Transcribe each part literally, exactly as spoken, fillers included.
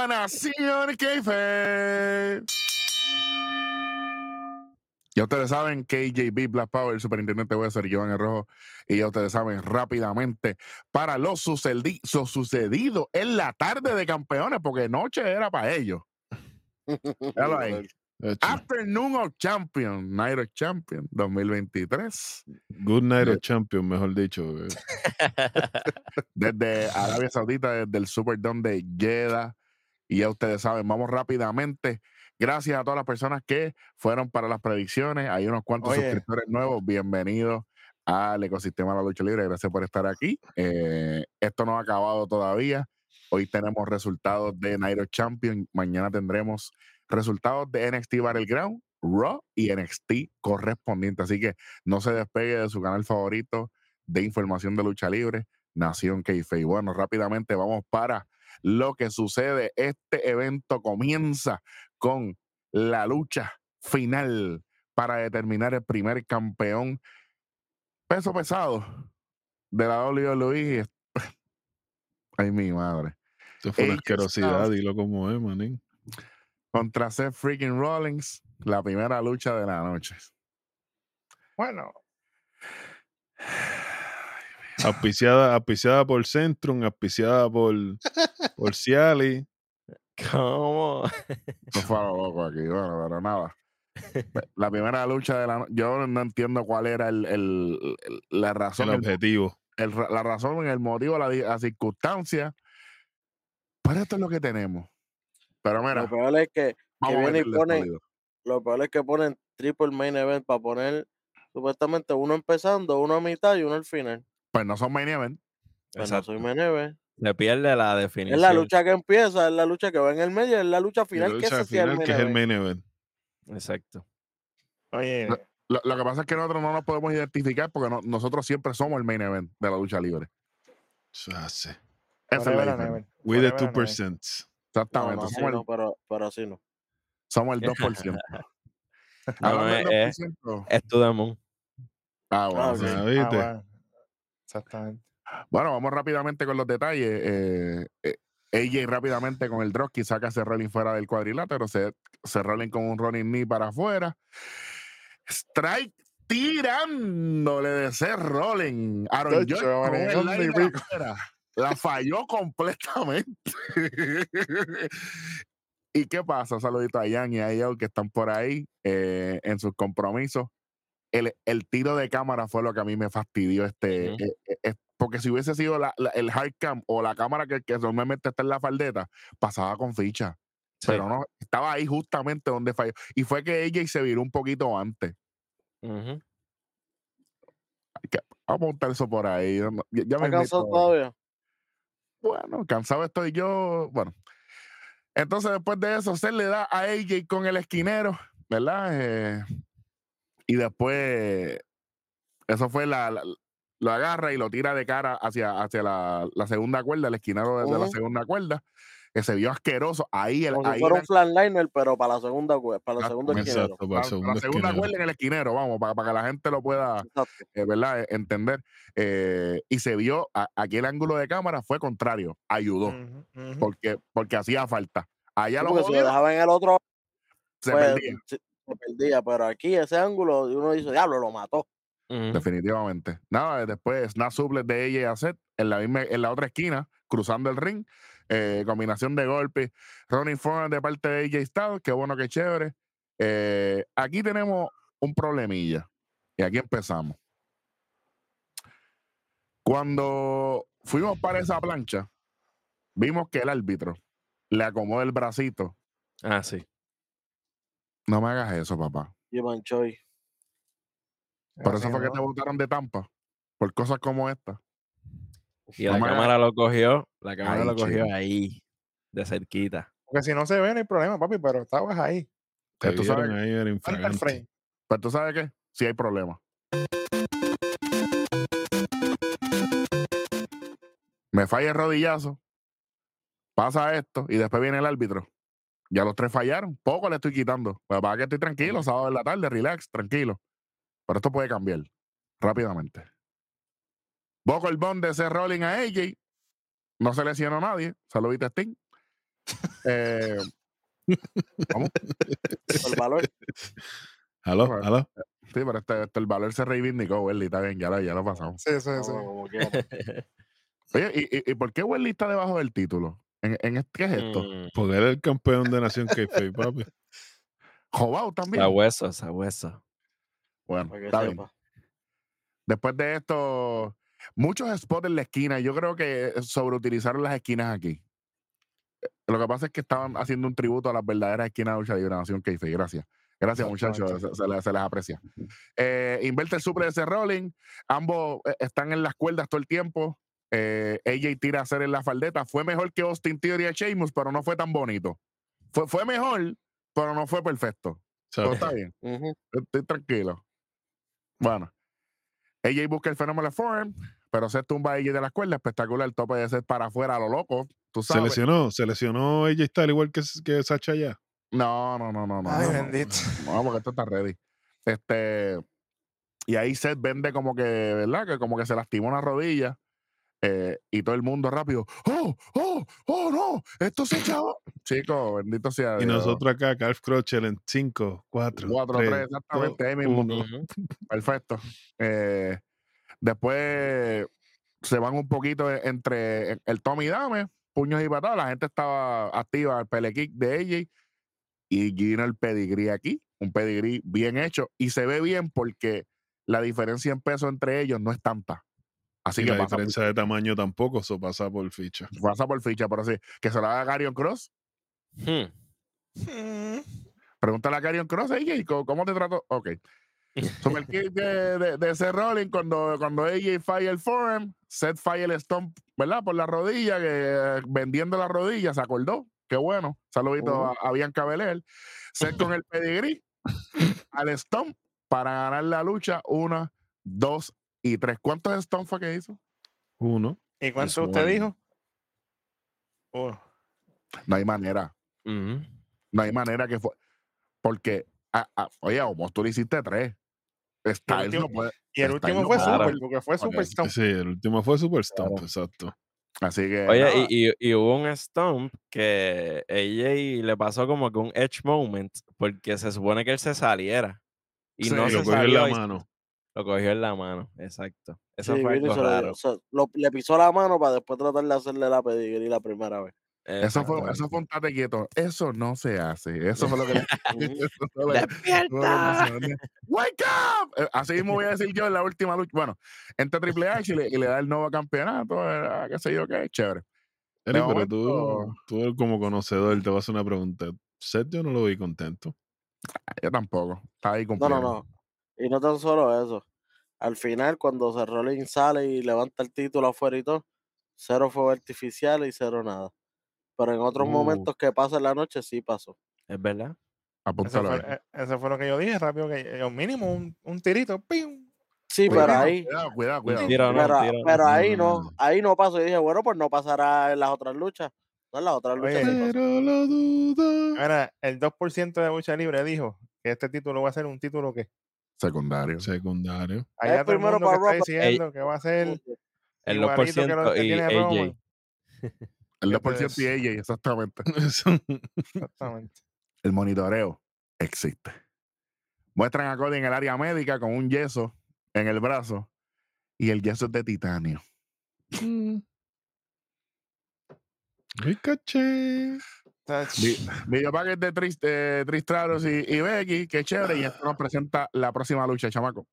la Nación Keife. Ya ustedes saben, K J B Black Power, el superintendente voy a ser Giovanni el Rojo, y ya ustedes saben rápidamente para lo sucedi so sucedido en la tarde de campeones, porque noche era para ellos. Hello ahí. Afternoon of Champions, Night of Champions dos mil veintitrés. Good Night of Champions, mejor dicho. Desde Arabia Saudita, desde el Superdome de Jeddah. Y ya ustedes saben, vamos rápidamente. Gracias a todas las personas que fueron para las predicciones. Hay unos cuantos Oye. suscriptores nuevos. Bienvenidos al ecosistema de la lucha libre. Gracias por estar aquí. Eh, esto no ha acabado todavía. Hoy tenemos resultados de Night of Champions. Mañana tendremos resultados de N X T Battleground, Raw y N X T correspondiente. Así que no se despegue de su canal favorito de información de lucha libre, Nación Keife. Y bueno, rápidamente vamos para lo que sucede. Este evento comienza con la lucha final para determinar el primer campeón peso pesado de la W W E. Ay, mi madre. Esto fue una asquerosidad, dilo como es, manín. Contra Seth freaking Rollins, la primera lucha de la noche. Bueno. Auspiciada, auspiciada por Centrum, auspiciada por, por Ciali. ¿Cómo? No fue algo loco aquí, bueno, pero nada. La primera lucha de la noche, yo no entiendo cuál era el, el, el la razón. El objetivo. El, el, la razón, el motivo, la, la circunstancia. Pero esto es lo que tenemos. Pero mira. Lo peor es que, que viene y ponen, lo peor es que ponen triple main event para poner supuestamente uno empezando, uno a mitad y uno al final. Pues no son main event. Pues no soy main event. Le pierde la definición. Es la lucha que empieza, es la lucha que va en el medio, es la lucha final, la lucha que, final, el que es el main event. Exacto. Oye. Lo, lo, lo que pasa es que nosotros no nos podemos identificar porque no, nosotros siempre somos el main event de la lucha libre. Esa es la diferencia. We the two percent. Exactamente. No, no, somos sí, el, no, pero, pero así no. Somos el dos por ciento. No, no, es, es, es tu demon. Ah, bueno, Ah, sí. Ah, ¿viste? Ah, bueno. Exactamente. Bueno, vamos rápidamente con los detalles. Eh, eh, A J rápidamente con el drop, saca a Seth Rollins fuera del cuadrilátero, se, se Rollins con un running knee para afuera. Strike tirándole de Seth Rollins. Aaron George con el line de afuera. La falló completamente. ¿Y qué pasa? Saludito a Jan y a ellos que están por ahí eh, en sus compromisos. El, el tiro de cámara fue lo que a mí me fastidió. Este, uh-huh. eh, eh, porque si hubiese sido la, la, el hard cam o la cámara que, que normalmente está en la faldeta, pasaba con ficha. Sí. Pero no, estaba ahí justamente donde falló. Y fue que ella se viró un poquito antes. Uh-huh. Que, vamos a montar eso por ahí. Ya, ya me cansado todavía? Bueno, cansado estoy yo. Bueno. Entonces, después de eso, se le da a A J con el esquinero, ¿verdad? Eh, y después, eso fue la, la, lo agarra y lo tira de cara hacia, hacia la, la segunda cuerda, el esquinero desde uh-huh. la segunda cuerda, que se vio asqueroso. Ahí, el, Como ahí si fuera era, un flatliner, pero para la segunda cuerda, para el segundo esquinero. Exacto, para, para, el segundo para la segunda esquinero. cuerda en el esquinero, vamos, para, para que la gente lo pueda, eh, ¿verdad? entender. Eh, y se vio, a, aquí el ángulo de cámara fue contrario, ayudó, uh-huh, uh-huh. Porque, porque hacía falta. Allá sí, lo si lo dejaba en el otro, se pues, perdía. Se, se perdía, pero aquí ese ángulo, uno dice, diablo, lo mató. Uh-huh. Definitivamente. Nada, después snap suplex de ella y Seth en la misma, en la otra esquina, cruzando el ring, eh, combinación de golpes, running forward de parte de A J Styles, qué bueno, qué chévere. Eh, aquí tenemos un problemilla y aquí empezamos. Cuando fuimos para esa plancha, vimos que el árbitro le acomodó el bracito. Ah, sí. No me hagas eso, papá. Y Manchoy. Por eso fue no. que te botaron de Tampa. Por cosas como esta. Y no la cámara hagas... lo cogió. La cámara ahí, lo cogió chido. Ahí. De cerquita. Porque si no se ve, no hay problema, papi, pero estabas ahí. Te ¿Tú sabes ahí era infragante. Pero tú sabes qué? Sí hay problema. Me falla el rodillazo. Pasa esto. Y después viene el árbitro. Ya los tres fallaron. Poco le estoy quitando. Pero para que estoy tranquilo. Sábado en la tarde, relax, tranquilo. Pero esto puede cambiar rápidamente. Boco el bond de ese rolling a A J. No se lesionó a nadie. Saludita a Sting. Eh, ¿Cómo? El valor. ¿Aló? Bueno, ¿Aló? Sí, pero este, este, el valor se reivindicó, Welly, está bien, ya lo, ya lo pasamos. Sí, sí, sí. No, como quiera. Oye, ¿y, y, y por qué Welly está debajo del título? ¿En, en este- ¿Qué es esto? Mm, Porque era el campeón de Nación Kayfabe, papi. Jobao también. Sabueso, sabueso. Bueno, Para que está bien. sepa. Después de esto, muchos spots en la esquina. Yo creo que sobreutilizaron las esquinas aquí. Lo que pasa es que estaban haciendo un tributo a las verdaderas esquinas de lucha libre Nación Kayfabe. Gracias. Gracias, muchachos. Se, se les, se les aprecia. Eh, inverte el super de ese rolling. Ambos eh, están en las cuerdas todo el tiempo. Eh, A J tira a hacer en la faldeta. Fue mejor que Austin Theory y Sheamus, pero no fue tan bonito. Fue, fue mejor, pero no fue perfecto. Pero está bien. Ujú. Estoy tranquilo. Bueno. A J busca el fenómeno form, pero se tumba a A J de la cuerda. Espectacular. El tope de ser para afuera a lo loco. Tú Se sabes. lesionó, se lesionó A J Styles igual que, que Sacha ya. No, no, no, no, no. Ay, no, bendito. No, no, porque esto está ready. Este. Y ahí Seth vende como que, ¿verdad? Que como que se lastimó una rodilla. Eh, y todo el mundo rápido. ¡Oh! ¡Oh! ¡Oh, no! ¡Esto se echaba! Chicos, bendito sea Y Dios. nosotros acá, Calf Crotcher en cinco, cuatro, cuatro tres, tres, exactamente. Ahí mismo. uno. Perfecto. Eh, después se van un poquito entre el Tommy Dame, puños y patadas. La gente estaba activa al pelekick de A J. Y vino el pedigrí aquí. Un pedigrí bien hecho. Y se ve bien porque la diferencia en peso entre ellos no es tanta. Así Y que la pasa diferencia por, de tamaño tampoco, eso pasa por ficha. pasa por ficha, pero sí. Que se lo haga Karrion Cross. Hmm. Mm. Pregúntale a Karrion Cross, A J, ¿cómo, cómo te trato? Ok. Super kick de, de, de ese rolling cuando, cuando A J falla el forearm, Seth falla el stomp, ¿verdad? Por la rodilla, que eh, vendiendo la rodilla, se acordó. Qué bueno. Saludito Uh-huh. a, a Bianca Belair. Seth con el pedigrí al stomp para ganar la lucha. Una, dos y tres. ¿Cuántos stomp fue que hizo? Uno. ¿Y cuánto Just usted one. dijo? Uno. No hay manera. Ujú. No hay manera que fue. Porque, ah, ah, oye, vos tú le hiciste tres. Styles último- no puede. Y el Styles último no fue puede. Claro. Super, porque fue Super Ok. Stomp. Sí, el último fue Super Stomp, Claro. exacto. Así que. Oye, nada. y, y, y hubo un stomp que A J le pasó como que un edge moment, porque se supone que él se saliera. Y Sí, no Y se lo cogió en salió la y mano. lo cogió en la mano, exacto. Eso Sí, fue vino y algo se lo dio. raro. O sea, lo- le pisó la mano para después tratar de hacerle la pedigrí la primera vez. Eso fue, Exactamente. eso fue un tate quieto. Eso no se hace. Eso fue lo que le. Ujú. eso fue lo que- ¡Despierta! ¡Wake up! Eh, Así mismo voy a decir yo en la última lucha. Bueno, entre Triple H y le, y le da el nuevo campeonato, eh, qué sé yo qué, chévere. Eli, De pero tú, momento, tú como conocedor te vas a hacer una pregunta. Seth yo no lo vi contento. yo tampoco. Está ahí No, cumpliendo. no, no. Y no tan solo eso. Al final, cuando se Rollins sale y levanta el título afuera y todo, cero fuego artificial y cero nada. Pero en otros Uh. momentos que pasa en la noche, sí pasó. Es verdad. Eso Apúntalo fue, ahí. eh, eso fue lo que yo dije, rápido, que eh, mínimo un, un tirito. ¡Pim! Sí, Cuidado, pero ahí, cuidado, cuidado, Un cuidado. tiro, no, un pero, tiro. pero No, ahí no, no, no. ahí no pasó. Y dije, bueno, pues no pasará en las otras luchas. No, en las otras luchas sí Oye, pasó. Pero lo dudo. ahora, el dos por ciento de lucha libre dijo que este título va a ser un título que Secundario. Secundario. allá Es todo el primero mundo que para está Raw, diciendo que va a ser El dos por igualito que lo ciento que y tiene A Roman. J. El dos por Fíjate ciento y eso. ella, exactamente. Exactamente. El monitoreo existe. Muestran a Cody en el área médica con un yeso en el brazo y el yeso es de titanio. Ay, caché. Vi- Video packet de Tris, eh, Trish Stratus y, y Becky, qué chévere. Y esto nos presenta la próxima lucha, chamaco.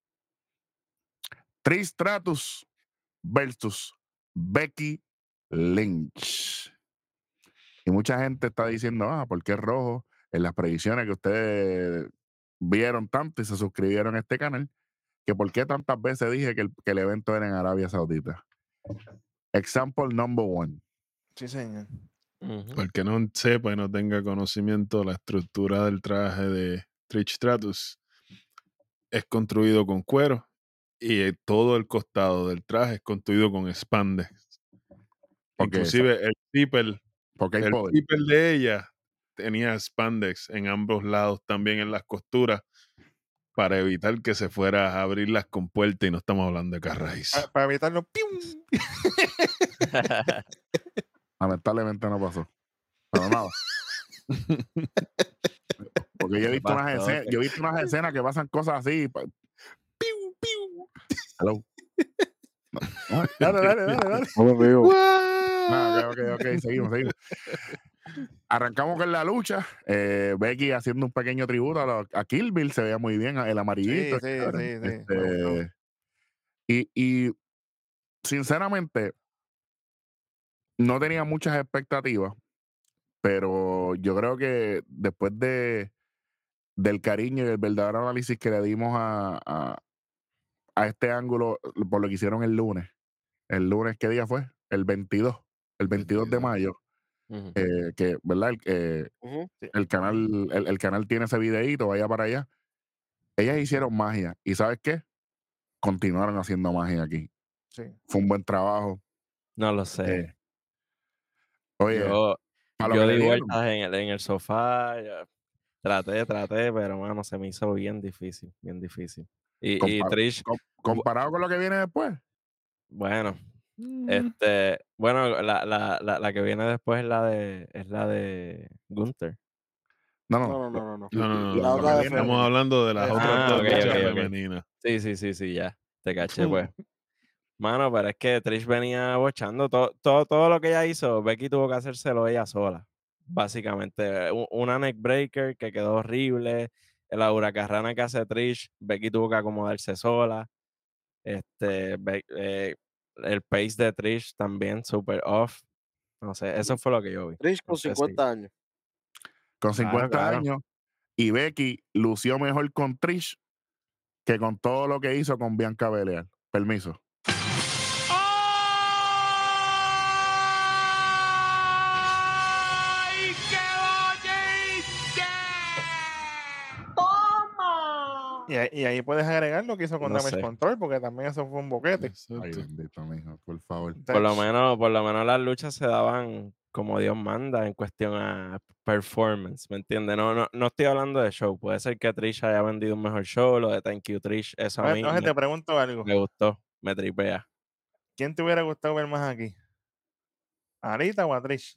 Trish Stratus versus Becky Lynch. Y mucha gente está diciendo, ah, ¿por qué rojo? En las predicciones que ustedes vieron tanto y se suscribieron a este canal, que por qué tantas veces dije que el, que el evento era en Arabia Saudita. Example number one. Sí, señor. Ujú. Para el que no sepa y no tenga conocimiento, la estructura del traje de Trish Stratus es construido con cuero y eh, todo el costado del traje es construido con spandex. Porque, Inclusive el zipper, porque hay el poder. zipper de ella tenía spandex en ambos lados, también en las costuras, para evitar que se fuera a abrir las compuertas, y no estamos hablando de carraíz. Pa- para evitarlo. ¡pium! Lamentablemente no pasó. Pero nada. Porque yo he visto unas Bastante. escenas, yo he visto unas escenas que pasan cosas así. pa- Piu, piu. Hello. No, no, Dale, dale, dale, dale. No me veo. no, ok, ok, ok, seguimos, seguimos. Arrancamos con la lucha. eh, Becky haciendo un pequeño tributo a, lo- a Kill Bill, se veía muy bien, el amarillito. Sí, sí, chévere. sí, sí, me Este, gustó. y, y sinceramente, no tenía muchas expectativas, pero yo creo que después de del cariño y el verdadero análisis que le dimos a, a, a este ángulo por lo que hicieron el lunes. El lunes, ¿qué día fue? El veintidós. El veintidós de veintidós. mayo. Ujú. eh, que, ¿verdad? El, eh, Ujú. Sí. el canal, el, el canal tiene ese videíto, vaya para allá. Ellas hicieron magia. ¿Y sabes qué? Continuaron haciendo magia aquí. Sí. Fue un buen trabajo. No lo sé. Eh, oye, Yo, para lo yo que le di dieron. vueltas en el, en el sofá. ya, Traté, traté, pero mano, se me hizo bien difícil, bien difícil. Y, y compar- Trish, com- bu- comparado con lo que viene después. bueno, Mm, este, bueno, la, la, la, la que viene después es la de, es la de Gunther. No, no, No, no, lo, no, no, no. No, no, no, lo- La no, lo otra que de viene Estamos femenina. hablando de las Esa. otras Ah, dos ok, luchas ok, ok. femeninas. Sí, sí, sí, sí, ya. Te caché, pues. Mano, pero es que Trish venía bochando todo, todo, todo lo que ella hizo. Becky tuvo que hacérselo ella sola. Básicamente, U- una neckbreaker que quedó horrible. La huracarrana que hace Trish, Becky tuvo que acomodarse sola. Este, Be- eh, el pace de Trish también super off. No sé, eso fue lo que yo vi. Trish No con sé si. cincuenta años. con Claro, cincuenta claro. años y Becky lució mejor con Trish que con todo lo que hizo con Bianca Belair. Permiso. Y, ahí- y ahí puedes agregar lo que hizo con No Damage sé. Control, porque también eso fue un boquete. Ay, Exacto. bendito, mijo, por favor. Por lo Entonces, menos, por lo menos las luchas se daban como Dios manda en cuestión a performance, ¿me entiendes? No, no, no estoy hablando de show. Puede ser que Trish haya vendido un mejor show, lo de Thank You Trish, eso a pues, mí entonces me, te pregunto algo. me gustó, me tripea. ¿Quién te hubiera gustado ver más aquí? ¿A Arita o a Trish?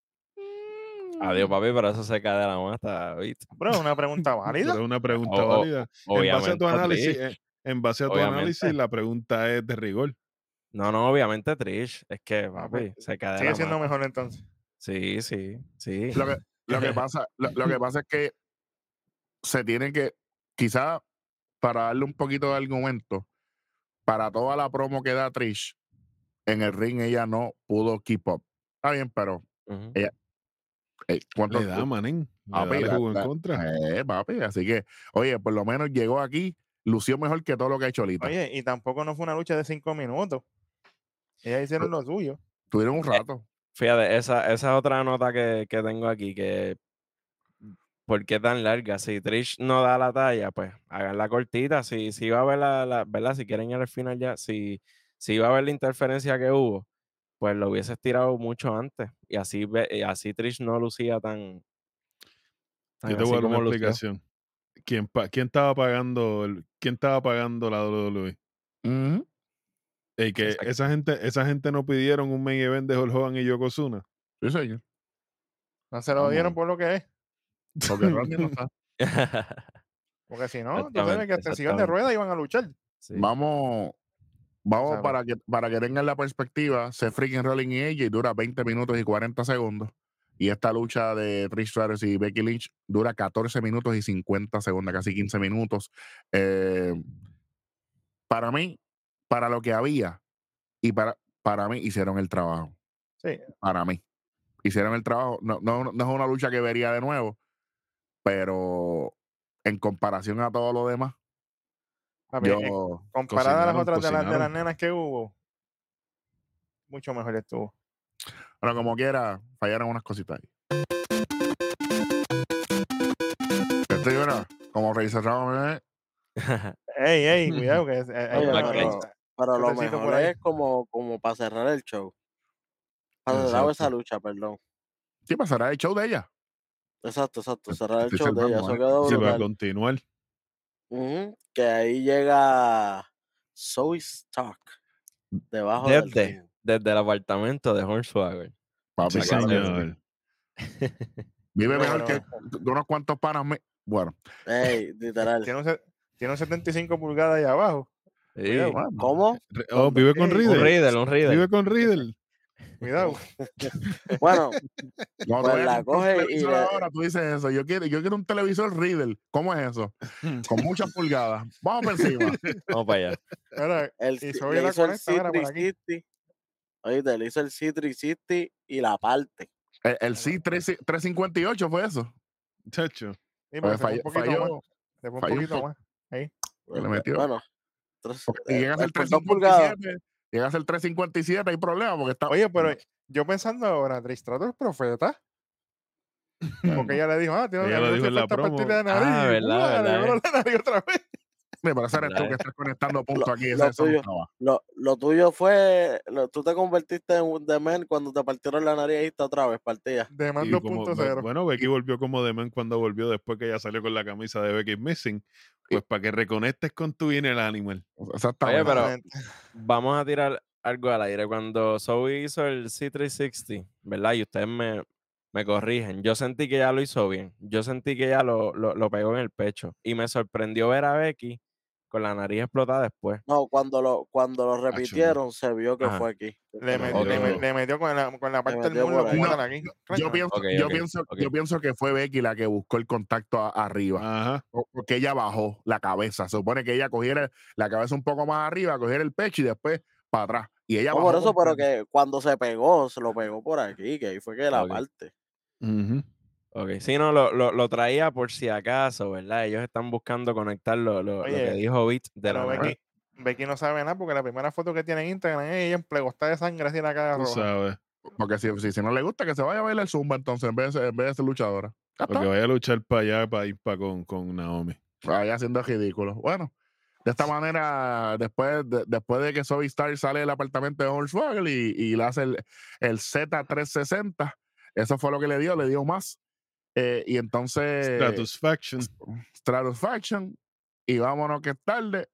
Adiós, papi, pero eso se cae de la mata, ¿viste? Bro, es una pregunta válida. Pero es una pregunta O- o- válida. En base a tu obviamente análisis, Trish, eh, en base a tu obviamente. análisis, la pregunta es de rigor. No, no, obviamente Trish. Es que, Ah, papi, pues, se cae de sigue la siendo mata. mejor entonces. Sí, sí, sí. Lo que, lo que pasa, lo, lo que pasa es que se tiene que, quizá para darle un poquito de argumento, para toda la promo que da Trish, en el ring ella no pudo keep up. Está bien, pero Ujú. ella, eh, ¿cuánto? Le da, manín. Le da Papi, el la- jugo en la- contra. eh, papi, así que, oye, por lo menos llegó aquí, lució mejor que todo lo que ha hecho ahorita. Oye, y tampoco no fue una lucha de cinco minutos. Ellas hicieron lo suyo. Tuvieron un rato. Fíjate, esa, esa es otra nota que, que tengo aquí, que ¿por qué tan larga? Si Trish no da la talla, pues háganla cortita. Si, si va a ver la, la- ¿verdad? Si quieren ir al final ya, si, si va a ver la interferencia que hubo, pues lo hubieses tirado mucho antes. Y así, ve- y así Trish no lucía tan, tan Yo te así voy a dar una como lució. explicación. ¿Quién, pa- quién estaba pagando el, quién estaba pagando la W W E? Ujú. Y que Exacto. esa gente, esa gente no pidieron un main event de Hulk Hogan y Yokozuna. Sí, señor. No se lo Vamos. dieron por lo que es. Porque Randy no está. Porque si no, tú sabes Exactamente, que hasta en sillón de exactamente. ruedas iban a luchar. Sí. Vamos, vamos Sabe. para que, para que tengan la perspectiva. Se freaking Rolling y A J dura veinte minutos y cuarenta segundos. Y esta lucha de Trish Stratus y Becky Lynch dura catorce minutos y cincuenta segundos, casi quince minutos. Eh, para mí, para lo que había, y para, para mí hicieron el trabajo. Sí. Para mí. Hicieron el trabajo. No, no, no es una lucha que vería de nuevo, pero en comparación a todo lo demás, Papi, eh, yo comparada a las Cocinaron, otras de, las de las cocinaron. nenas que hubo, mucho mejor estuvo. bueno, como quiera, fallaron unas cositas ahí. Estoy, bueno, como Rey Cerrado, ¿eh? Ey, ey, cuidado, que es- eh, hay Oye, una- Blackface. pero, pero lo chocecito mejor por ahí. es como, como para cerrar el show. Para cerrar esa Exacto. lucha, perdón. ¿Qué pasará el show de ella? Exacto, exacto. Te- Cerrar te el estoy show de ella. salvando, Eso ¿eh? quedó Sí, para brutal. continuar. Ujú, que ahí llega Zoe Stark debajo del Desde, ring. desde el apartamento de Hornswoggle. Papi, Sí, claro que señor. sí. Vive No, mejor pero- que de unos cuantos panas. me- Bueno, Ey, literal. Tiene un, se- tiene un setenta y cinco pulgadas ahí abajo. Sí. Cuidado, bueno. ¿Cómo? Re- Oh, ¿Dónde? vive con Ey, Un Riddle. Riddle, un Riddle. Vive con Riddle. Cuidado. Bueno, Cuando Pues tú vayas la a comprar un coge y televisor le- ahora, tú dices eso. Yo quiero, yo quiero un televisor Riddle. ¿Cómo es eso? Con muchas pulgadas. Vamos por encima. Vamos para allá. Mira, el, y ci- Zoe le la hizo el conecta, mira, por aquí. C trescientos sesenta. Oíste, le hizo el C trescientos sesenta y la parte. El, el C trescientos cincuenta y ocho fue eso. Chacho. Sí, Pues porque se fue falló, un poquito falló, más. Se fue un falló un poquito poco. más. Ahí. Le metió. Bueno, tres- Porque si eh, llega a ser eh, por dos trescientos pulgadas. cincuenta y siete, llega a ser trescientos cincuenta y siete, hay problema porque está. Oye, pero yo pensando ahora, Tristrato es profeta. Porque ella le dijo, ah, tiene Ella a mí lo me dijo hace en la falta partirle promo. la nariz. Ah, y, verdad, ¡guau! Le verdad, quebró la nariz otra vez. Sí, pero ese eres tú ¿Verdad? que estás conectando puntos Lo, aquí. Ese lo eso no tuyo, estaba. lo, lo tuyo fue, lo- tú te convertiste en un demen cuando te partieron la nariz y está otra vez partida. De más Y como, dos punto cero. bueno, Becky volvió como de man cuando volvió después que ella salió con la camisa de Becky Missing. Pues para que reconectes con tu inner animal. Exactamente. Oye, pero Exactamente. vamos a tirar algo al aire. Cuando Zoe hizo el C trescientos sesenta, ¿verdad? Y ustedes me, me corrigen. Yo sentí que ella lo hizo bien. Yo sentí que ella lo, lo, lo pegó en el pecho. Y me sorprendió ver a Becky con la nariz explotada después. No, cuando lo, cuando lo Acho, no. repitieron se vio que Ajá. fue aquí. Le, No, met- Ok, le, met- ok. le metió con la, con la parte del metió muslo por como ahí. tal aquí. Yo pienso, Ok, yo ok, pienso, ok. yo pienso que fue Becky la que buscó el contacto a- arriba. Ajá. O- Porque ella bajó la cabeza. Se supone que ella cogiera la cabeza un poco más arriba, cogiera el pecho y después para atrás. Y ella No, bajó por eso, pero completo. que cuando se pegó, se lo pegó por aquí, que ahí fue que la Ok. parte. Ujú. Ok, sí, no, lo, lo, lo traía por si acaso, ¿verdad? Ellos están buscando conectar lo, lo, lo que Oye, dijo Beat de la pero nariz. Becky, Becky no sabe nada porque la primera foto que tiene en Instagram es ella en plegostada de sangre así en la cara Tú roja. sabes. Porque si, si, si no le gusta, que se vaya a bailar el zumba entonces, en vez de, ser- en vez de ser luchadora. Ya O que está. vaya a luchar para allá, para ir para con, con Naomi. Vaya haciendo ridículo. Bueno, de esta manera, después de, después de que Zoe Stark sale del apartamento de Hornswoggle y, y le hace el, el Z trescientos sesenta, eso fue lo que le dio, le dio más. Eh, y entonces, Stratusfaction. Stratusfaction, y vámonos que es tarde.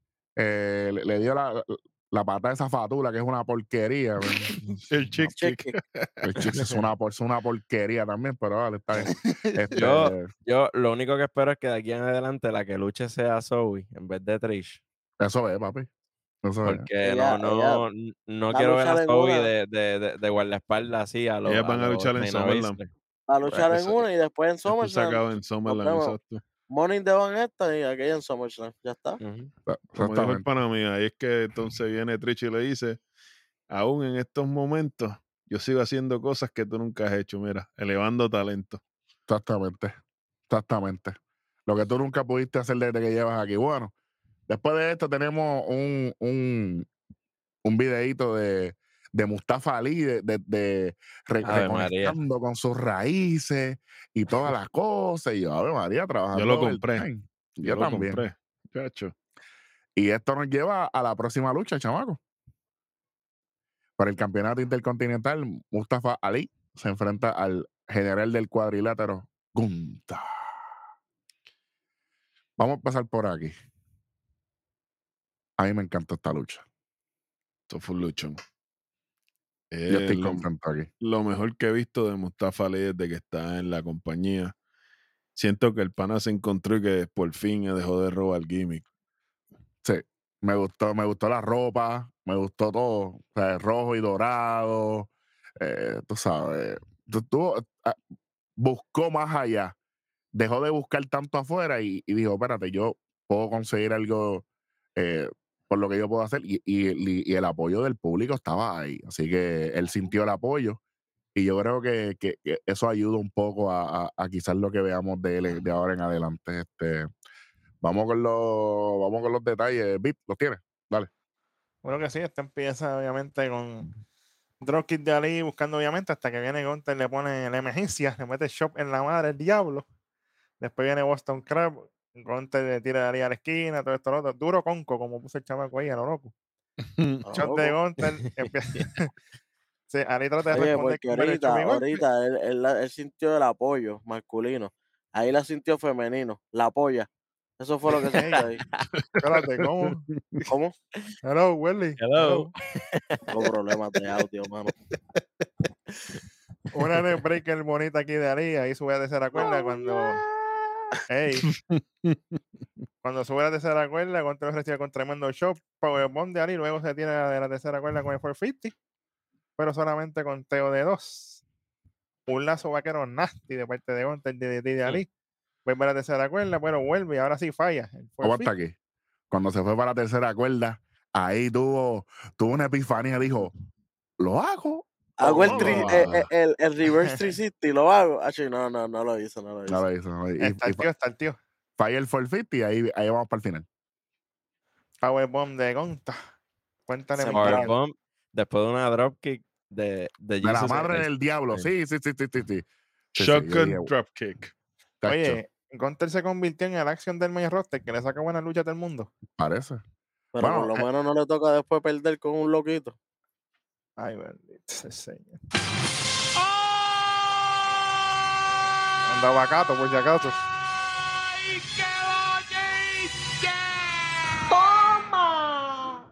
Eh, le, le dio la, la pata de esa fatula, que es una porquería. man. El chick Chick chick. kick. El chiste es una, por- es una porquería también, pero vale, está bien. Este, Yo, yo lo único que espero es que de aquí en adelante la que luche sea Zoe en vez de Trish. eso es, papi. Eso es. Porque Ella- no, no, no va a quiero ver a luchar en Zoe una. de, de, de, de guardaespaldas así a los Ellas van a luchar en Reina SummerLand. Baszler. A luchar en Eso- una y después en Esto se SummerSlam. acaba en SummerLand, vemos. exacto. Morning de Van esta y aquella en SummerSlam. Ya está. Ujú. Como dijo el Exactamente. pana mío, ahí es que entonces viene Trish y le dice, aún en estos momentos, yo sigo haciendo cosas que tú nunca has hecho, mira, elevando talento. Exactamente. Exactamente. Lo que tú nunca pudiste hacer desde que llevas aquí. Bueno, después de esto tenemos un, un, un videíto de, de Mustafa Ali, de, de, de re- Ave María. reconectando con sus raíces y todas las cosas. Y yo, Ave María, trabajando. Yo lo compré. overtime. Yo, Yo lo también. compré, cacho. Y esto nos lleva a la próxima lucha, chamaco. Para el campeonato intercontinental, Mustafa Ali se enfrenta al general del cuadrilátero, Gunther. Vamos a pasar por aquí. A mí me encanta esta lucha. Esto fue un luchón. Yo Es estoy lo, contento aquí. lo mejor que he visto de Mustafa Ali desde que está en la compañía. Siento que el pana se encontró y que por fin dejó de robar gimmick. Sí, me gustó, me gustó la ropa, me gustó todo. O sea, rojo y dorado. Eh, tú sabes. Tú, tú, ah, buscó más allá. Dejó de buscar tanto afuera y, y dijo, espérate, yo puedo conseguir algo eh, por lo que yo puedo hacer. Y, y- y el apoyo del público estaba ahí. Así que él sintió el apoyo. Y yo creo que, que- que eso ayuda un poco a, a- a quizás lo que veamos de él de ahora en adelante. Este, vamos con los, vamos con los detalles. Vip, ¿los tienes? Dale. Bueno que sí, esta empieza obviamente con Dropkick de Ali buscando obviamente hasta que viene Gunther, le pone la emergencia, le mete shop en la madre el diablo. Después viene Boston Crab, Gunther le tira de Ali a la esquina, todo esto, lo otro. Duro conco, como puso el chamaco ahí a lo loco. A lo Shot de loco. Gunther, empieza. Sí, Ali trata de Oye, responder porque con el ahorita, shop igual que- ahorita él, él la- él sintió el apoyo masculino. Ahí la sintió femenino, la polla. Eso fue lo que sintió ahí. Espérate, ¿cómo? ¿Cómo? Hello, Welly. Hello. Tengo problemas de audio, mano. Una neckbreaker bonita aquí de Ali, ahí sube a tercera cuerda cuando... Ey, cuando sube a la tercera cuerda, Gunter recibe con tremendo shock, powerbomb de Ali, luego se tira de la tercera cuerda con el cuatrocientos cincuenta, pero solamente con teo de dos. Un lazo vaquero nasty de parte de Gunter de, de, de Ali. Vuelve a la tercera cuerda, pero vuelve y ahora sí falla. ¿Cómo hasta aquí? Cuando se fue para la tercera cuerda, ahí tuvo, tuvo una epifanía, dijo, ¿lo hago? Hago el, no tri, lo el, el, el reverse three sixty, lo hago. Achi, no, no, no lo hizo, no lo hizo. No lo hizo. No, y, está el tío, está el tío. Falla el cuatrocientos cincuenta y ahí, ahí vamos para el final. Powerbomb de Gonta. Cuéntale, mi Powerbomb después de una dropkick de, de, de la madre del diablo. Sí, sí, sí, sí, sí. sí. Shotgun sí, dropkick. Oye, Gunter se convirtió en el action del main roster que le saca buena lucha a todo el mundo. Parece. Pero bueno, por lo eh, menos no le toca después perder con un loquito. Ay, bendito señor. Anda vacato, por si acaso. ¡Ay, qué bonito! ¡Toma!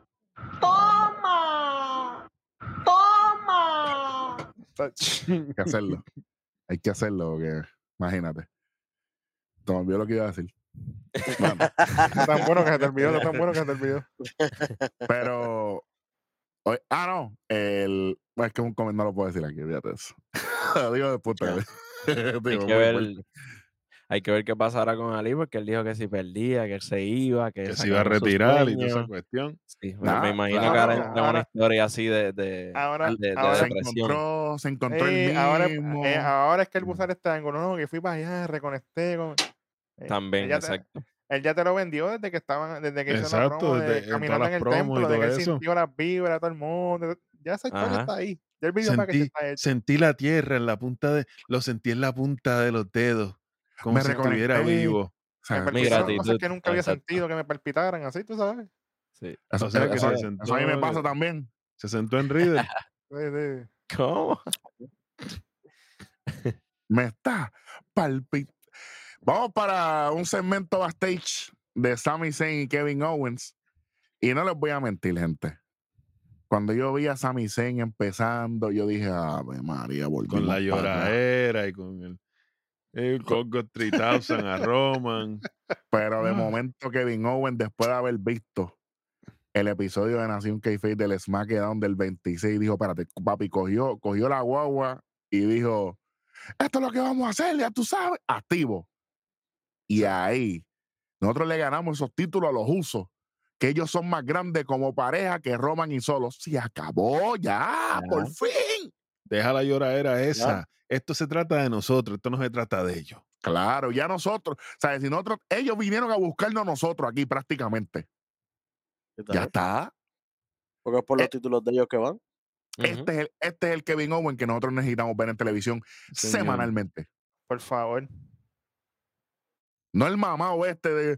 ¡Toma! ¡Toma! Hay que hacerlo. Hay que hacerlo, porque imagínate. Te me olvidó lo que iba a decir. Bueno. No tan bueno que se te olvidó, no tan bueno que se te olvidó. Pero. Oye, ah, no. El, es que un comentario no lo puedo decir aquí, fíjate eso. Digo de puta. Hay que ver. Hay que ver qué pasará con Ali, porque él dijo que si perdía, que él se iba, que, que se iba a retirar y toda esa cuestión. Sí, me, nah, me imagino claro, que ahora entra ahora, una historia así de, de, ahora, de, de ahora se depresión. encontró, se encontró eh, el ahora, mismo. eh, ahora es que él busca este ángulo, no, que fui para allá, reconecté con... Eh, También, él exacto. Te, él ya te lo vendió desde que estaban, desde que hizo exacto, la promo de desde, caminando en, en el templo, de que él sintió las vibras, todo el mundo. Ya esa historia Ajá. está ahí. Ya el video sentí, está hecho. Sentí la tierra en la punta de... Lo sentí en la punta de los dedos. Como me si estuviera vivo. O sea, me palpitaron cosas que nunca había exacto. sentido que me palpitaran así, tú sabes. Sí. Eso, o sea, que eso, se sentó, eso a mí me pasa también. Se sentó en Riddle. sí, sí. ¿Cómo? Me está palpitando. Vamos para un segmento backstage de Sami Zayn y Kevin Owens. Y no les voy a mentir, gente. Cuando yo vi a Sami Zayn empezando, yo dije, ave María, volvimos con la lloradera y con el... Eh, con tres mil a Roman. Pero de momento Kevin Owens, después de haber visto el episodio de Nación Kayfabe del SmackDown del veintiséis, dijo, espérate, papi, cogió, cogió la guagua y dijo, esto es lo que vamos a hacer, ya tú sabes, activo. Y ahí, nosotros le ganamos esos títulos a los usos, que ellos son más grandes como pareja que Roman y Solo. Se acabó ya, ya. Por fin. Deja la lloradera esa. Ya. Esto se trata de nosotros, esto no se trata de ellos. Claro, ya nosotros, ¿sabes? Si nosotros, ellos vinieron a buscarnos a nosotros aquí prácticamente. Ya está. Porque es por los eh, títulos de ellos que van. Este, uh-huh. es el, este es el Kevin Owens que nosotros necesitamos ver en televisión Señor. semanalmente. Por favor. No el mamado este de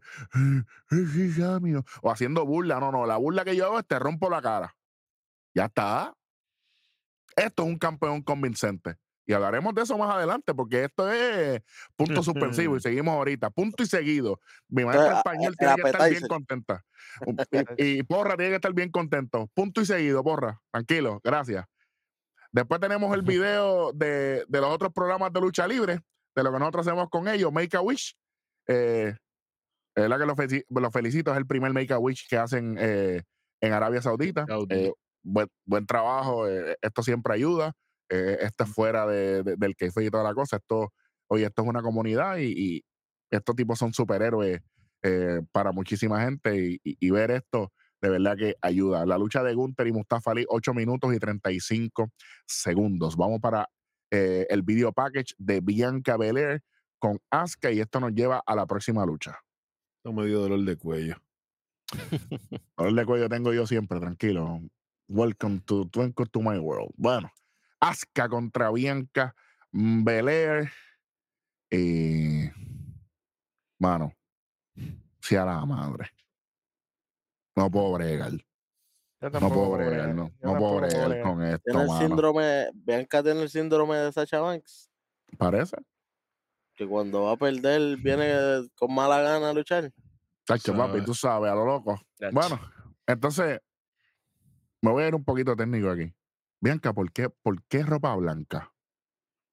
o haciendo burla, no, no, la burla que yo hago es te rompo la cara. Ya está. Esto es un campeón convincente. Y hablaremos de eso más adelante, porque esto es punto suspensivo y seguimos ahorita. Punto y seguido. Mi maestra español tiene que estar bien contenta. Y, y Porra tiene que estar bien contento. Punto y seguido, Porra. Tranquilo, gracias. Después tenemos el video de, de los otros programas de lucha libre, de lo que nosotros hacemos con ellos, Make a Wish. Eh, es la que los fe lo felicito, es el primer Make a Wish que hacen eh, en Arabia Saudita. Eh, buen, buen trabajo, eh, esto siempre ayuda. Eh, esto es fuera de, de, del kayfabe y toda la cosa. Esto, oye, esto es una comunidad y, y estos tipos son superhéroes eh, para muchísima gente y, y, y ver esto de verdad que ayuda. La lucha de Gunter y Mustafa Ali, ocho minutos y treinta y cinco segundos. Vamos para eh, el video package de Bianca Belair con Asuka y esto nos lleva a la próxima lucha. Esto me dio dolor de cuello. Dolor de cuello tengo yo siempre, tranquilo. Welcome to, welcome to my world. Bueno. Asuka contra Bianca Belair. Eh, mano, sea la madre. No puedo bregar. No puedo bregar, no, no puedo bregar, bregar con esto. ¿Tiene el mano. síndrome, Bianca tiene el síndrome de Sasha Banks? Parece. Que cuando va a perder viene con mala gana a luchar. Tacho, papi, tú sabes, a lo loco. Tacho. Bueno, entonces, me voy a ir un poquito técnico aquí. Bianca, ¿por qué, ¿por qué ropa blanca?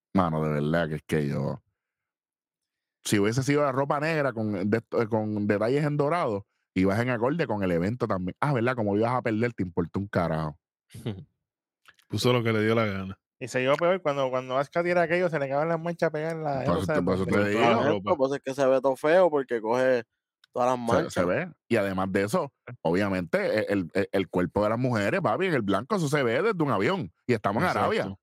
Mano, de verdad que es que yo. Si hubiese sido la ropa negra con, de, con detalles en dorado, ibas en acorde con el evento también. Ah, ¿verdad? Como ibas a perder, te importa un carajo. Puso lo que le dio la gana. Y se llevó peor cuando, cuando Asuka tira aquello, se le acaban las manchas pegadas en la. Por eso te- por eso te Por digo. toda la Esto, ropa. pues es que se ve todo feo porque coge todas las Se, manchas. se ve. Y además de eso, obviamente, el, el, el cuerpo de las mujeres, papi, en el blanco, eso se ve desde un avión. Y estamos en Arabia. Exacto.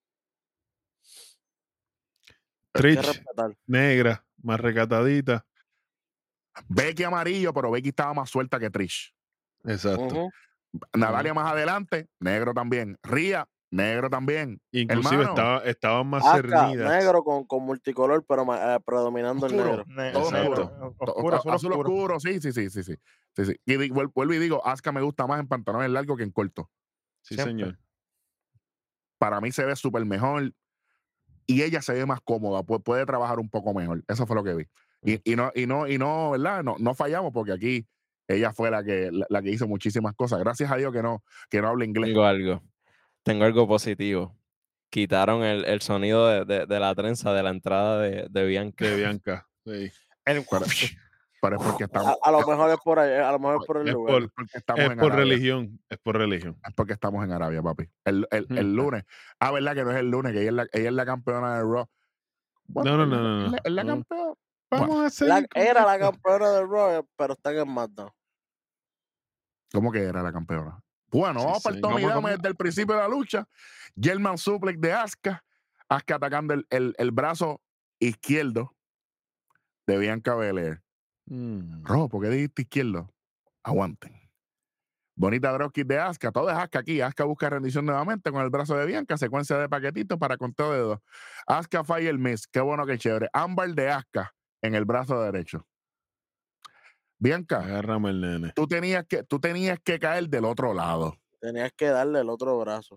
Hay que Trish, respetar. negra, más recatadita. Becky amarillo, pero Becky estaba más suelta que Trish. Exacto. Ujú. Natalia más adelante, negro también. Ría, negro también. Inclusive Hermano, estaba, estaban más Asuka, cernidas. negro con, con multicolor, pero ma- eh, predominando el oscuro. negro. Ne- Todo negro, oscuro. oscuro, azul, azul oscuro. oscuro, sí, sí, sí, sí, sí. sí, sí. Y di- vuel- vuelvo y digo, Asuka me gusta más en pantalones largos que en corto. Sí, Siempre. señor. Para mí se ve súper mejor y ella se ve más cómoda, pues puede trabajar un poco mejor. Eso fue lo que vi. Y, y no, y no, y no, ¿verdad? No, no fallamos porque aquí ella fue la que, la, la que hizo muchísimas cosas. Gracias a Dios que no, que no habla inglés. Tengo algo. Tengo algo positivo. Quitaron el, el sonido de, de, de la trenza de la entrada de, de Bianca. De Bianca. Sí. El- Pero, pero es porque estamos, A, a lo mejor es por ahí, a lo mejor es por el Es lugar. por, es porque estamos es en por Arabia. religión. Es por religión. Es porque estamos en Arabia, papi. El, el, el Hmm. lunes. Ah, ¿verdad? Que no es el lunes, que ella es la, ella es la campeona de Raw. Bueno, No, no, es la- no, no, es la, no. es la No. campeona. Vamos Bueno, a La- seguir con era la esto. campeona del Raw, pero está en SmackDown. ¿cómo que era la campeona? Bueno, Sí, vamos para el señor. Tommy ¿Cómo, Dame cómo? desde el principio de la lucha. German Suplex de Asuka. Asuka atacando el, el, el brazo izquierdo de Bianca Belair. Mm. Rojo, ¿por qué dijiste izquierdo? Aguanten. Bonita dropkick de Asuka. Todo es Asuka aquí. Asuka busca rendición nuevamente con el brazo de Bianca. Secuencia de paquetitos para conteo de dos. Asuka falla el miss. Qué bueno, qué chévere. Ámbar de Asuka en el brazo derecho. Bianca, Agárrame el nene. tú tenías que, tú tenías que caer del otro lado. Tenías que darle el otro brazo.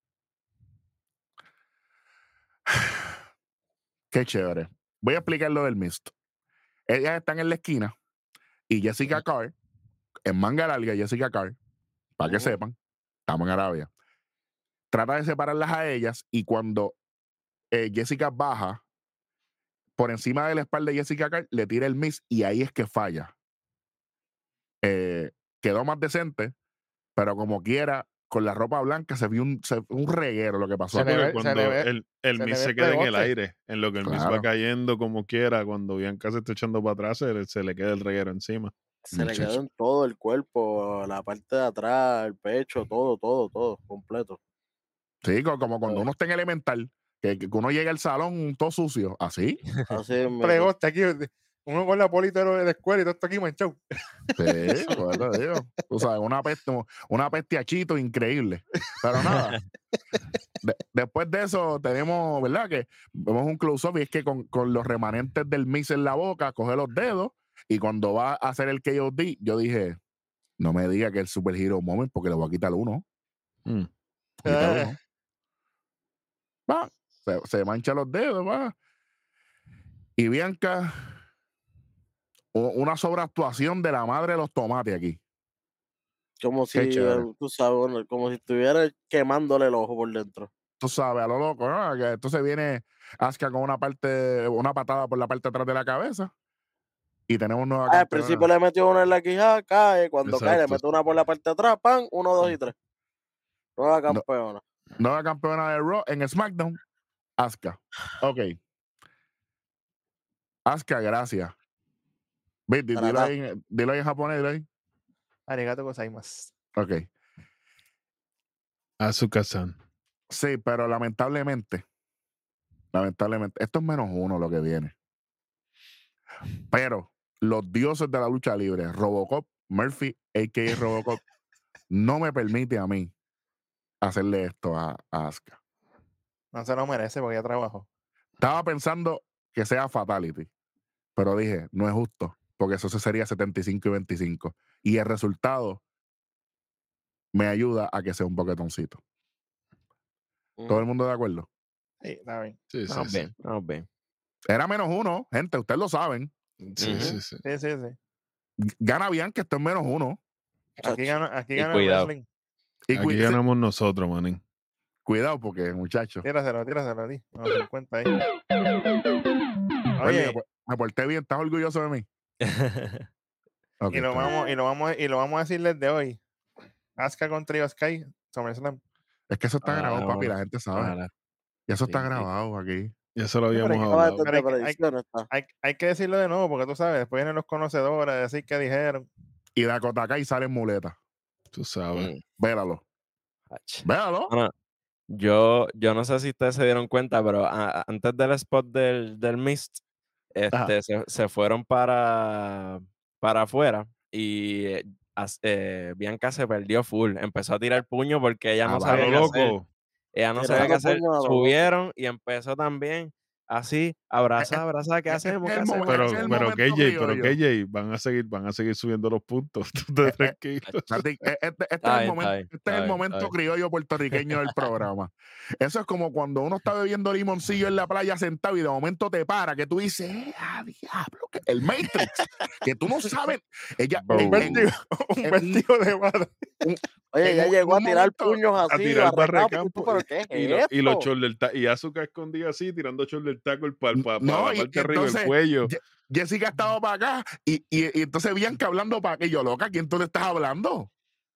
Qué chévere. Voy a explicar lo del mist. Ellas están en la esquina y Jessica Carr, en manga larga, Jessica Carr, para que Ujú. sepan, estamos en Arabia, trata de separarlas a ellas y cuando eh, Jessica baja por encima de la espalda de Jessica Carr, le tira el miss y ahí es que falla. Eh, quedó más decente, pero como quiera, con la ropa blanca se vio un, se- un reguero lo que pasó. Se le Porque ve- se cuando le ve- el, el se le Miz ve se el queda en el pegote. aire, en lo que el Miz va Claro. cayendo como quiera, cuando Bianca se está echando para atrás, se, le- se le queda el reguero encima. Se le Muchacho. quedó en todo el cuerpo, la parte de atrás, el pecho, todo, todo, todo, completo. Sí, co- como cuando uno está en elemental, que, que uno llega al salón todo sucio, así. Así es, un pregoste aquí. Uno con la polita de la escuela y todo esto aquí manchado. Sí, pues te digo. Tú sabes, una peste, una peste a chito increíble. Pero nada. de- después de eso, tenemos, ¿verdad? Que vemos un close-up y es que con, con los remanentes del mix en la boca, coge los dedos y cuando va a hacer el K O D, yo dije, no me diga que el Super Hero Moment porque le voy a quitar uno. Mm. Voy a quitar Ah. uno. Va, se, se mancha los dedos, va. Y Bianca, u- una sobreactuación de la madre de los tomates aquí. Como Qué si, chévere. eh, tú sabes, bueno, como si estuviera quemándole el ojo por dentro. Tú sabes, a lo loco, ¿no? Que entonces viene Asuka con una parte, una patada por la parte de atrás de la cabeza y tenemos nueva Ah, al campeona. principio le metió una en la quijada, cae, cuando cae le Exacto. mete una por la parte de atrás, pan, uno, dos y tres. Nueva No. campeona. Nueva campeona de Raw en SmackDown, Asuka. Ok. Asuka, gracias. Ve, di- Dilo Trata. ahí, en- dilo ahí en japonés, dilo ahí. Arigato gozaimasu. Ok. Asuka-san. Sí, pero lamentablemente, lamentablemente, esto es menos uno lo que viene. Pero los dioses de la lucha libre, Robocop, Murphy, a k a. Robocop, no me permite a mí hacerle esto a, a Asuka. No se lo merece porque ya trabajó. Estaba pensando que sea Fatality, pero dije, no es justo, porque eso se sería setenta y cinco y veinticinco. Y el resultado me ayuda a que sea un boquetoncito. ¿Todo el mundo de acuerdo? Sí, está bien. Sí, sí, Estamos sí. bien, estamos bien. Era menos uno, gente, ustedes lo saben. Sí, Ujú. sí, sí. Sí, sí, sí. Gana bien que esté en menos uno. Aquí gana, aquí Y gana el cuidado. wrestling. Y Aquí cui- ganamos nosotros, manín. Cuidado porque, muchacho. Tíraselo, tíraselo a ti. Vamos, cincuenta ahí. Oye, Oye, me, me porté bien, ¿estás orgulloso de mí? Ok, y lo está bien. vamos, y lo vamos, y lo vamos a decir desde hoy. Asuka contra Io Sky, SummerSlam. Es que eso está Ah, grabado, papi, bueno. la gente sabe. Ahora, Y eso está sí, sí. grabado aquí. Ya eso lo Sí, pero habíamos hay que- Estaba hablado. desde Pero hay que- hay- predicciones, está. Hay, hay que decirlo de nuevo, porque tú sabes, después vienen los conocedores a decir que dijeron. Y Dakota Kai sale en muleta. Tú sabes. Mm, Véralo. ach. Véralo. Bueno, yo, yo no sé si ustedes se dieron cuenta, pero a- a- antes del spot del, del Mist, Ajá. este, se, se fueron para, para afuera y eh, as- eh, Bianca se perdió full. Empezó a tirar puño porque ella Ah, no va. A sabía lo qué hacer. loco. Ella no Tirando sabía qué hacer. puños a lo loco. Subieron y empezó también así, abrazar, abrazar, ¿qué Este es hacemos? el ¿Qué hacemos? momento- ¿Qué Pero, ese es el hacemos? pero momento K J, pero criollo. K J, van a seguir, van a seguir subiendo los puntos. Tú te Eh, eh, tranquilo. Santi, eh, Este, este es Está el bien, momento, está bien, este es está el bien, momento está bien. criollo puertorriqueño del programa. Eso es como cuando uno está bebiendo limoncillo en la playa sentado y de momento te para, que tú dices, eh, ah, diablo, que el Matrix, que tú no sabes. Ella, Un en, en- vértigo, un en un- vértigo de madre. Oye, en ya un- llegó en a un tirar momento- puños A así, tirar barrecampo. ¿Y tú, barrecampo. pero qué Y, es lo- y los esto? shorts del taco. Y Azuka escondida así, tirando shorts del taco para pa, pa No, la y, parte y de arriba del entonces cuello. Ye- Jessica estaba para acá y, y, y entonces Bianca hablando para que yo, loca, ¿quién tú le estás hablando?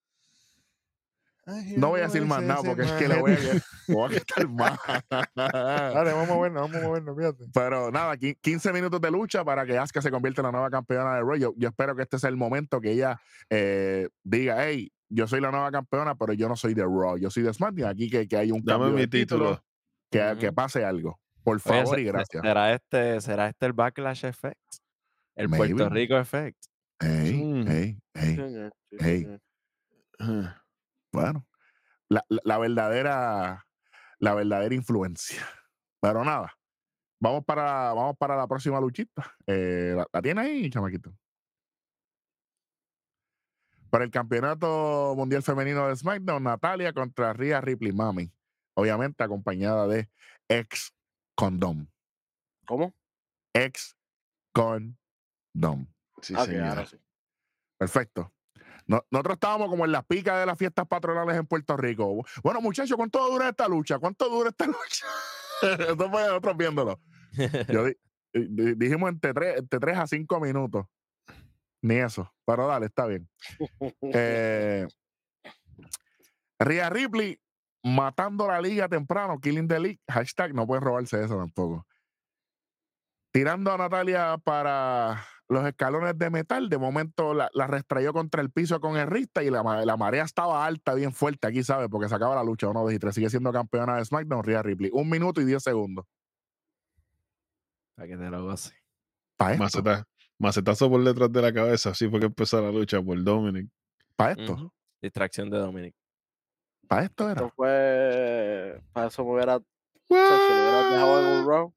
Ay, No voy a decir más nada porque es que le voy a, voy a quitar más. Dale, vamos a movernos, vamos a movernos, fíjate. Pero nada, qui- quince minutos de lucha para que Asuka se convierta en la nueva campeona de Raw. Yo, yo espero que este sea el momento que ella eh, diga, hey, yo soy la nueva campeona, pero yo no soy de Raw, yo soy de SmackDown. Aquí que, que hay un Dame cambio mi de título, título. que, Ujú. que pase algo. Por Oye, favor se- y se- gracias. ¿será este, ¿será este el Backlash Effect? El Maybe. Puerto Rico Effect. Hey, Mm. hey, hey, Señor, sí, hey. señor. Ajá. Bueno, la, la, la verdadera, la verdadera influencia. Pero nada, vamos para, vamos para la próxima luchita. Eh, ¿la, la tiene ahí, chamaquito? Para el campeonato mundial femenino de SmackDown, Natalia contra Rhea Ripley, mami. Obviamente acompañada de ex condom. ¿Cómo? Ex condom. Sí, Ah, señor. claro, sí. Perfecto. No- nosotros estábamos como en las picas de las fiestas patronales en Puerto Rico. Bueno, muchachos, ¿cuánto dura esta lucha? ¿Cuánto dura esta lucha? Esto fue nosotros viéndolo. Yo di- di- dijimos entre tres, entre tres a cinco minutos. Ni eso. Pero dale, está bien. Eh, Rhea Ripley matando la liga temprano, killing the league. Hashtag, no pueden robarse eso tampoco. Tirando a Natalia para los escalones de metal. De momento la, la restrayó contra el piso con el rista y la, ma- la marea estaba alta, bien fuerte. Aquí, ¿sabes? Porque se acaba la lucha. Uno, dos y tres. Sigue siendo campeona de SmackDown, Rhea Ripley. Un minuto y diez segundos. Para que te lo goce. Para esto. Maceta, macetazo por detrás de la cabeza. Así fue que empezó la lucha por Dominic. Para esto. Ujú. Distracción de Dominic. Para esto Esto era. fue. Para eso me hubiera. Chacho, lo hubiera dejado en un Raw.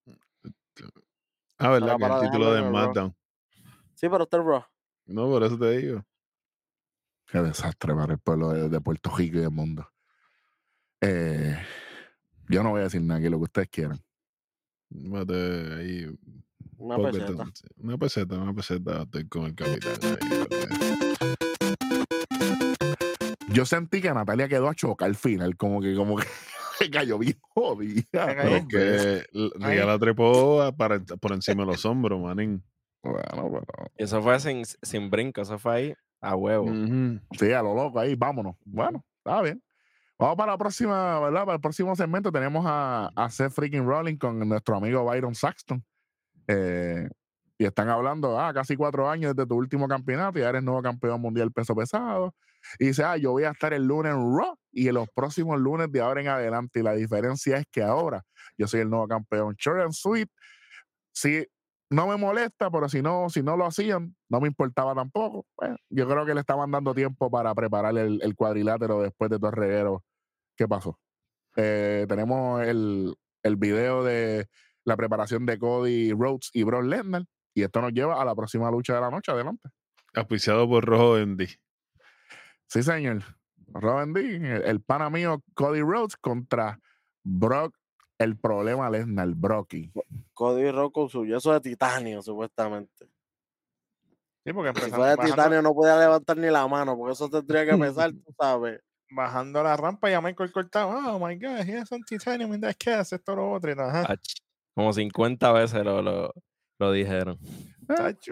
Ah, ¿verdad? Era Que el para título dejarlo de en el Raw. SmackDown. Sí, pero está el Raw. No, por eso te digo. Qué desastre para el pueblo de, de Puerto Rico y del mundo. Eh, yo no voy a decir nada, que lo que ustedes quieran. Mate ahí. Una pocket- peseta. Una peseta, una peseta. Estoy con el capitán ahí. porque- Yo sentí que Natalia quedó a chocar al final, como que, como que cayó bien jodida. Venga, Pero ahí. es que l- Rhea Ahí. la trepó a- para, por encima de los hombros, manín. Bueno, pero Y eso fue sin, sin brinco, eso fue ahí a huevo. Ujú. sí, a lo loco ahí, vámonos. Bueno, está bien. Vamos para la próxima, ¿verdad? Para el próximo segmento tenemos a, a Seth freaking Rollins con nuestro amigo Byron Saxton. Eh, y están hablando, ah, casi cuatro años desde tu último campeonato y ya eres nuevo campeón mundial peso pesado. Y dice, ah, yo voy a estar el lunes en Raw y en los próximos lunes de ahora en adelante. Y la diferencia es que ahora yo soy el nuevo campeón. Short and sweet. Sí, no me molesta, pero si no, si no lo hacían, no me importaba tampoco. Bueno, yo creo que le estaban dando tiempo para preparar el, el cuadrilátero después de todo el reguero. ¿Qué pasó? Eh, tenemos el, el video de la preparación de Cody Rhodes y Brock Lesnar. Y esto nos lleva a la próxima lucha de la noche. Adelante. Auspiciado por Rojo Endy. Sí, señor. Robin D, el, el pana mío Cody Rhodes contra Brock, el problema Lesnar, Brocky. Cody Rhodes con su yeso de titanio, supuestamente. Sí, porque Si empezando, fuera de bajando, titanio no podía levantar ni la mano, porque eso tendría que pesar, tú sabes. bajando la rampa y a Michael cortado. Oh my God, here's some titanium in that cast, esto lo otro. Y todo, ajá, Ach, como cincuenta veces lo, lo, lo dijeron. tacho.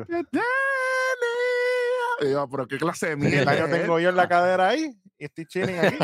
Digo, pero qué clase de El mierda daño es tengo yo en la cadera ahí y estoy chilling aquí.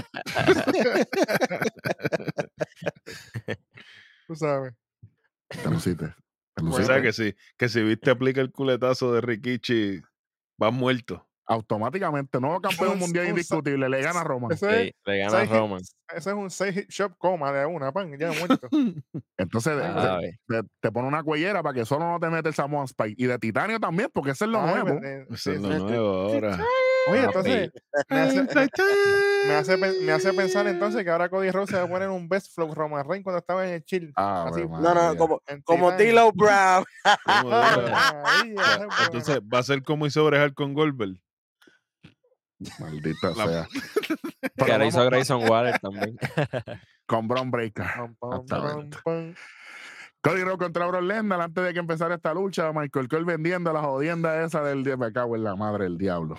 Tú sabes. esta? Te luciste, te O luciste. sea que si, que si viste aplica el culetazo de Rikichi, vas muerto. Automáticamente, nuevo campeón Un- mundial un- indiscutible, le gana a Roman. Ese es, Sí, le gana a seis hit- Roman. ese es un seis hit shop coma de una, pan, ya muerto. Entonces de- Ah, de- te, te pone una cuellera para que solo no te mete el Samoan Spike. Y de titanio también, porque ese es lo Ay, nuevo. bendito. Eso Sí, es lo sí. nuevo ahora. Oye, Papi. entonces me hace, me, me hace, pen- me hace pensar entonces que ahora Cody Rhodes se va a poner un best flow Roman Reigns cuando estaba en el chill. Ah, Así, bueno, No, no, María. como, en como titanio. D'Lo Brown. ¿Cómo Ave dura? María, O sea, ese fue entonces va a ser como hizo Brejal con Goldberg. Maldita La- sea. Que Pero le hizo vamos Grayson Waller también. con Braun Breaker. Pam, pam, Exactamente. pam, pam. Cody Rhodes contra Brock Lesnar antes de que empezara esta lucha. Michael Cole vendiendo la jodienda esa del día. Me cago en la madre del diablo.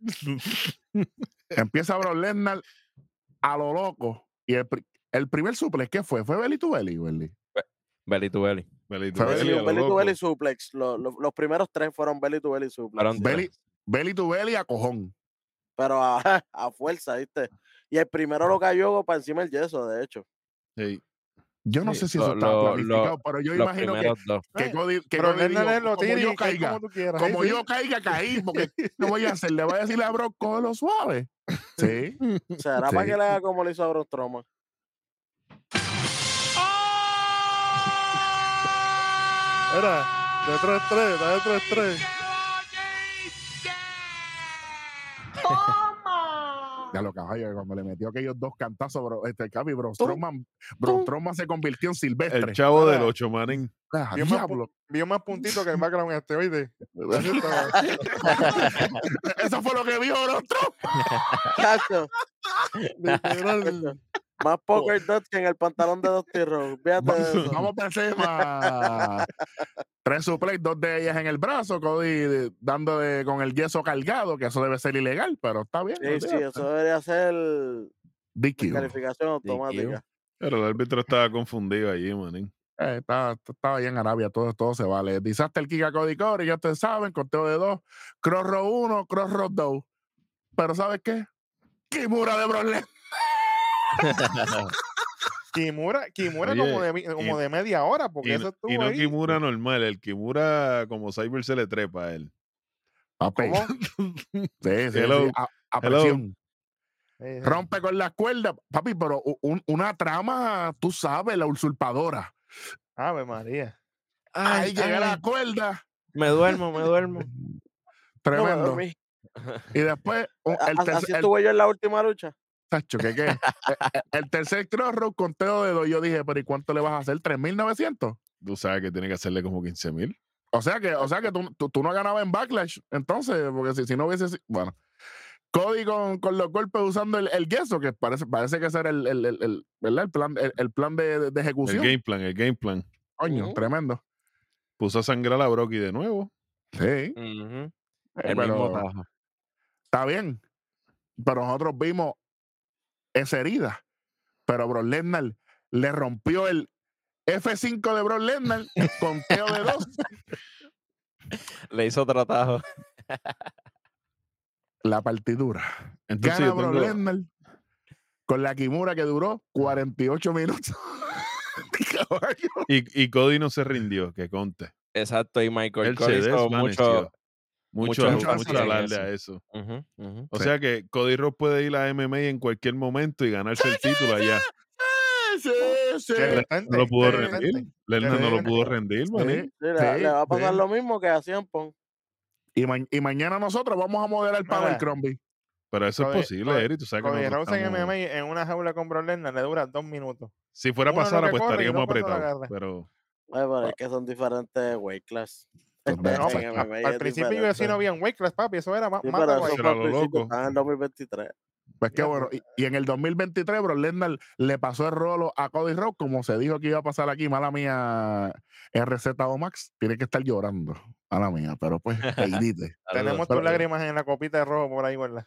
Empieza Brock Lesnar a lo loco. Y el, pri- el primer suplex, ¿qué fue? ¿Fue belly to belly, Welly? Belly to belly. Belly to Fue belly, Sí, a un lo belly to loco. belly suplex. Lo- lo- los primeros tres fueron belly to belly suplex. Fueron Belly, tres. belly to belly a cojón. Pero a, a fuerza, ¿viste? Y el primero lo cayó para encima del yeso, de hecho. Sí. Yo no Sí, sé si lo- eso estaba lo- planificado, lo- pero yo Los imagino que, primeros dos. que Cody, que Pero Cody Lesnar dijo, es lo como tira yo y cae caiga, como tú quieras. como Ahí yo sí. caiga, caí, porque ¿qué voy a hacer? Le voy a decirle a Brock, cógelo suave. Sí. Será Sí. para que le haga como le hizo a Braun Strowman. Era de tres tres, está de tres tres. Ya lo caballo, cuando le metió aquellos dos cantazos, bro, este Capi, Bro Strowman, Bro Strowman se convirtió en silvestre. El chavo del Ahora, ocho, manín. Ah, Vio más, diablo. pu- vio más puntitos que el background este, oíste. Así estaba. Eso fue lo que vio Bro Strowman. Chacho, Literal. más poker dots que en el pantalón de Dusty Rhodes. Fíjate de eso. Vamos para encima. Tres suplex, dos de ellas en el brazo, Cody de- dando de- con el yeso cargado, que eso debe ser ilegal, pero está bien. Sí, sí, eso debería ser D Q. descalificación automática. Pero el árbitro estaba confundido allí, manín. Eh, estaba, estaba ahí en Arabia, todo, todo se vale. Disaster Kika Cody Corey, ya ustedes saben, conteo de dos, Crossroad uno, Crossroad dos. Pero ¿sabes qué? Kimura de Brock Lesnar. Kimura, Kimura Oye, como, de, mi- como y- de media hora, porque Y, eso no- estuvo y no ahí. Kimura normal, el Kimura como Cyber se le trepa a él. Papi. ¿Cómo? Sí, sí, sí, Hello. a, a Hello. presión. Eh, Rompe con las cuerdas. Papi, pero u- un- una trama, tú sabes, la usurpadora. Ave María. Ahí Ay, llega ay, la cuerda. me duermo, me duermo. No me Tremendo. dormí. Y después, un- A- el, Así tercer, el, estuve yo en la última lucha. tacho, ¿qué, qué? el, el tercer crossroad, conteo de dos. Yo dije, pero ¿y cuánto le vas a hacer? ¿tres mil novecientos? Tú sabes que tiene que hacerle como quince mil. O sea que, o sea que tú, tú, tú no ganabas en Backlash, entonces, porque si, si no hubiese sido- bueno. Cody con, con los golpes usando el, el yeso, que parece, parece que ese era el, el, el, el- ¿verdad? el plan, el, el plan de, de- de El ejecución. game plan, el game plan. Coño, Ujú. tremendo. Puso a sangrar a Brocky de nuevo. Sí, Ujú. eh, El mismo pero tajo. está bien. Pero nosotros vimos esa herida. Pero Brock Lesnar le rompió el F cinco de Brock Lesnar con teo de dos. Le hizo otro tajo. La partidura. Entonces Gana yo Brock tengo, Lesnar con la Kimura que duró cuarenta y ocho minutos. Caballo. y, y Cody no se rindió, que conte. Exacto, y Michael Él Cole se hizo desvaneció. mucho. Mucho, mucho mucho, énfasis en alarde eso. a eso. Ujú, ujú. O Sí. sea que Cody Rhodes puede ir a M M A en cualquier momento y ganarse el título allá. Sí, sí. Que Sí, detente, No lo pudo que rendir. detente. Lesnar no lo detente. pudo rendir, manín. sí, Sí, le, le va a pasar sí. lo mismo que hacían Pong. Y, ma- y mañana nosotros vamos a modelar el Power Mira. Crumby. Pero eso Cody- es posible, Cody- Eri. Tú sabes que Cody nosotros Rhodes en estamos- M M A en una jaula con Brock Lesnar le dura dos minutos. Si fuera Uno es lo pasada, que pues corre y estaríamos dos cuando la apretados. agarre. Pero Ay, pero es que son diferentes weight class. Pues, En ve, No, exacto. M M A Al es principio yo diferente. decía no había un weight class, papi. Eso era más Sí, mata pero guay. eso Será fue al lo principio, loco. están en el dos mil veintitrés. Pues qué Ya, bueno. Y, y en el dos mil veintitrés, Brock Lesnar le pasó el rolo a Cody Rhodes, como se dijo que iba a pasar aquí. Mala mía, R Z o Max. Tiene que estar llorando. Mala mía, pero pues, peidite. Tenemos Pero- tus lágrimas en la copita de rojo por ahí, ¿verdad?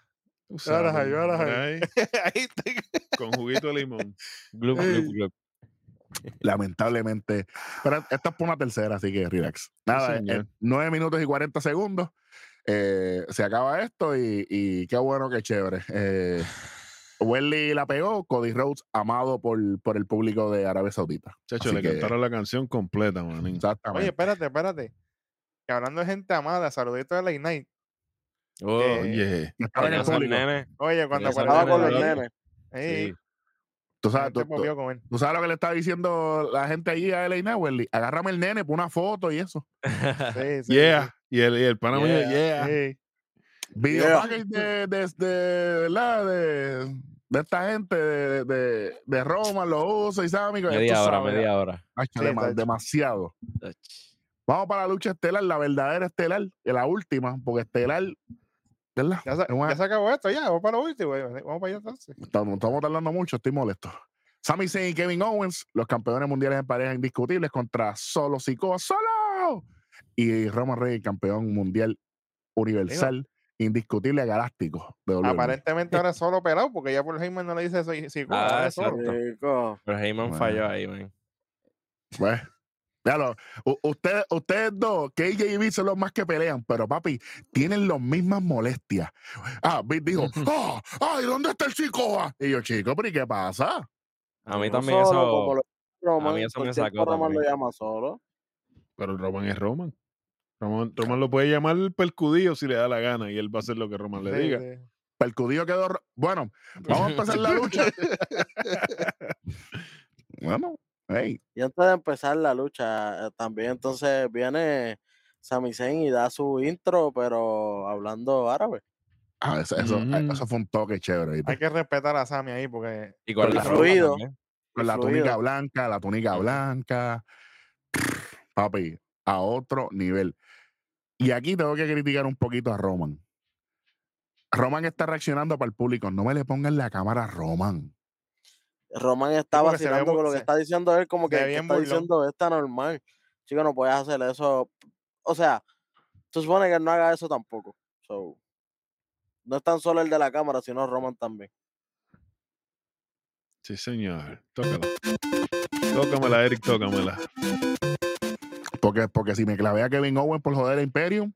Tú Ahora sabes, ahí, ahora mira ahí. ahí, Ahí está. con juguito de limón. Glup, glup, glup. Lamentablemente. Pero esto es por una tercera, así que relax. Nada, señor. en nueve minutos y cuarenta segundos eh, se acaba esto y, y qué bueno, qué chévere. Eh, Welly la pegó, Cody Rhodes amado por, por el público de Arabia Saudita. Chacho, Así le que, cantaron la canción completa, manín. Oye, exactamente. espérate, espérate. Que hablando de gente amada, saludito de Late Night. Oh, Que- Oye, Estaba en el tenía al público. nene. Oye, cuando Tenía Estaba al con apareció los nene, ahí, nenes. ahí, Sí. Tú la sabes, gente tú, tú- popió con él. tú sabes lo que le está diciendo la gente allí a L A Now, Welly. Agárrame el nene, pon una foto y eso. Sí, sí, yeah. Y el, y el pana mío, Yeah. yeah. sí. Sí. Video Yeah. package de, de, de, ¿verdad? de, de esta gente de, de, de Roma, los usos y Sammy. Media hora, media hora. Hacho, Sí, dema- tacho. demasiado. Vamos para la lucha estelar, la verdadera estelar, y la última, porque estelar, ¿verdad? Ya, se, Es una- ya se acabó esto, ya. Vamos para lo último. güey. Vamos para allá entonces. estamos, estamos tardando mucho, estoy molesto. Sami Zayn y Kevin Owens, los campeones mundiales en pareja indiscutibles contra Solo Sikoa, ¡Solo! Y Roman Reigns, campeón mundial universal, indiscutible, galáctico de W W E. Aparentemente ahora es solo pelado, porque ya por Heyman no le dice soy sí, Ah, ahora es solo. exacto. Chico. Pero Heyman Bueno. falló ahí, man. Pues, véalo, u- ustedes, ustedes dos, K J y B son los más que pelean, pero papi, tienen las mismas molestias. Ah, Big dijo, ¡ah! ¡Ay, ¿dónde está el Sikoa? Y yo, chico, ¿pero y qué pasa? A mí No también solo, eso. como lo Roman, a mí eso todo me el tiempo sacó Roman también. lo llama solo. Pero el Roman es Roman. Roman, Roman lo puede llamar el percudillo si le da la gana y él va a hacer lo que Roman le Sí, diga. sí. Percudillo quedó. ro- Bueno, vamos a empezar la lucha. Bueno, hey, Y antes de empezar la lucha, eh, también entonces viene Sami Zayn y da su intro, pero hablando árabe. ah, eso, eso, Ujú. eso fue un toque chévere. ¿viste? Hay que respetar a Sammy ahí, porque Y con Con la la ropa fluido. también. Con la fluido. túnica blanca, la túnica Ujú. blanca. Papi, a otro nivel. Y aquí tengo que criticar un poquito a Roman. Roman está reaccionando para el público. No me le pongan la cámara a Roman. Roman está porque se ve vacilando bu- con lo que se- está diciendo él, como se ve que, que bien está burlón. diciendo está normal. Chico, no puedes hacer eso. O sea, se supone que él no haga eso tampoco. So, no es tan solo el de la cámara, sino Roman también. Sí, señor. Tócala. Tócamela, Eric, tócamela. Porque, porque si me clavé a Kevin Owens por joder a Imperium,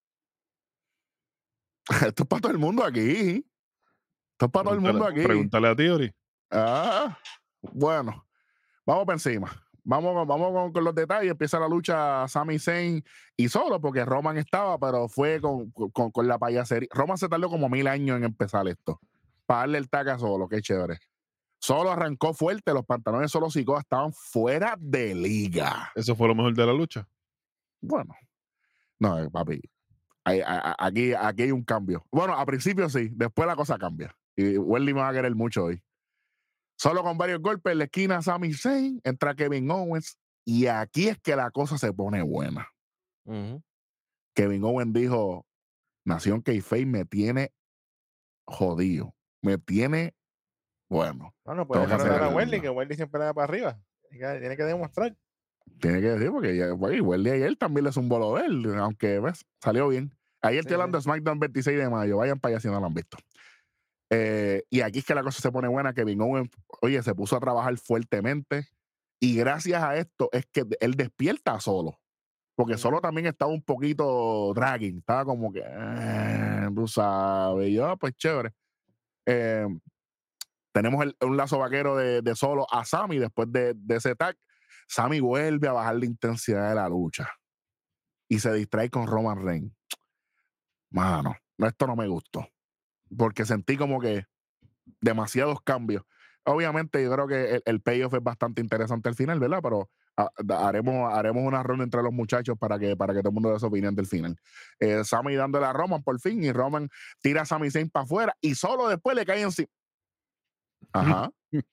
esto es para todo el mundo aquí. Esto es para todo el mundo Pregúntale, aquí. pregúntale a Theory. Ah, bueno, vamos para encima. Vamos, con- vamos con, con los detalles. Empieza la lucha Sami Zayn y solo porque Roman estaba, pero fue con, con, con la payasería. Roman se tardó como mil años en empezar esto. Para darle el taca solo, qué chévere. Solo arrancó fuerte, los pantalones solo Sikoa estaban fuera de liga. Eso fue lo mejor de la lucha. Bueno, no, eh, papi. Hay- a- a- aquí, aquí hay un cambio. Bueno, a principio sí, después la cosa cambia. Y Welly me va a querer mucho hoy. Solo con varios golpes en la esquina, Sami Zayn, entra Kevin Owens. Y aquí es que la cosa se pone buena. Ujú. Kevin Owens dijo: Nación Kayfabe me tiene jodido. Me tiene, bueno, Bueno, puede Tengo que derrotar a hacer Welly, algo. que Welly siempre da para arriba. Tiene que, tiene que demostrar. tiene que decir, porque ya, bueno, Welly ayer también le zumbó lo de él, aunque ¿ves? Salió bien. Ayer Sí, estoy hablando de SmackDown veintiséis de mayo. Vayan para allá si no lo han visto. Eh, y aquí es que la cosa se pone buena. Kevin Owens, oye, se puso a trabajar fuertemente. Y gracias a esto es que él despierta solo. Porque Ujú. solo también estaba un poquito dragging. Estaba como que, eh, tú sabes. Y yo, ah, pues chévere. Eh, tenemos el- un lazo vaquero de, de solo a Sami después de, de ese tag. Sami vuelve a bajar la intensidad de la lucha. Y se distrae con Roman Reigns. Mano, esto no me gustó. Porque sentí como que demasiados cambios. Obviamente, yo creo que el, el payoff es bastante interesante al final, ¿verdad? Pero ah, da- haremos, haremos una ronda entre los muchachos para que, para que todo el mundo dé su opinión del final. Eh, Sami dándole a Roman por fin, y Roman tira a Sami Zayn para afuera y solo después le cae encima. Ajá.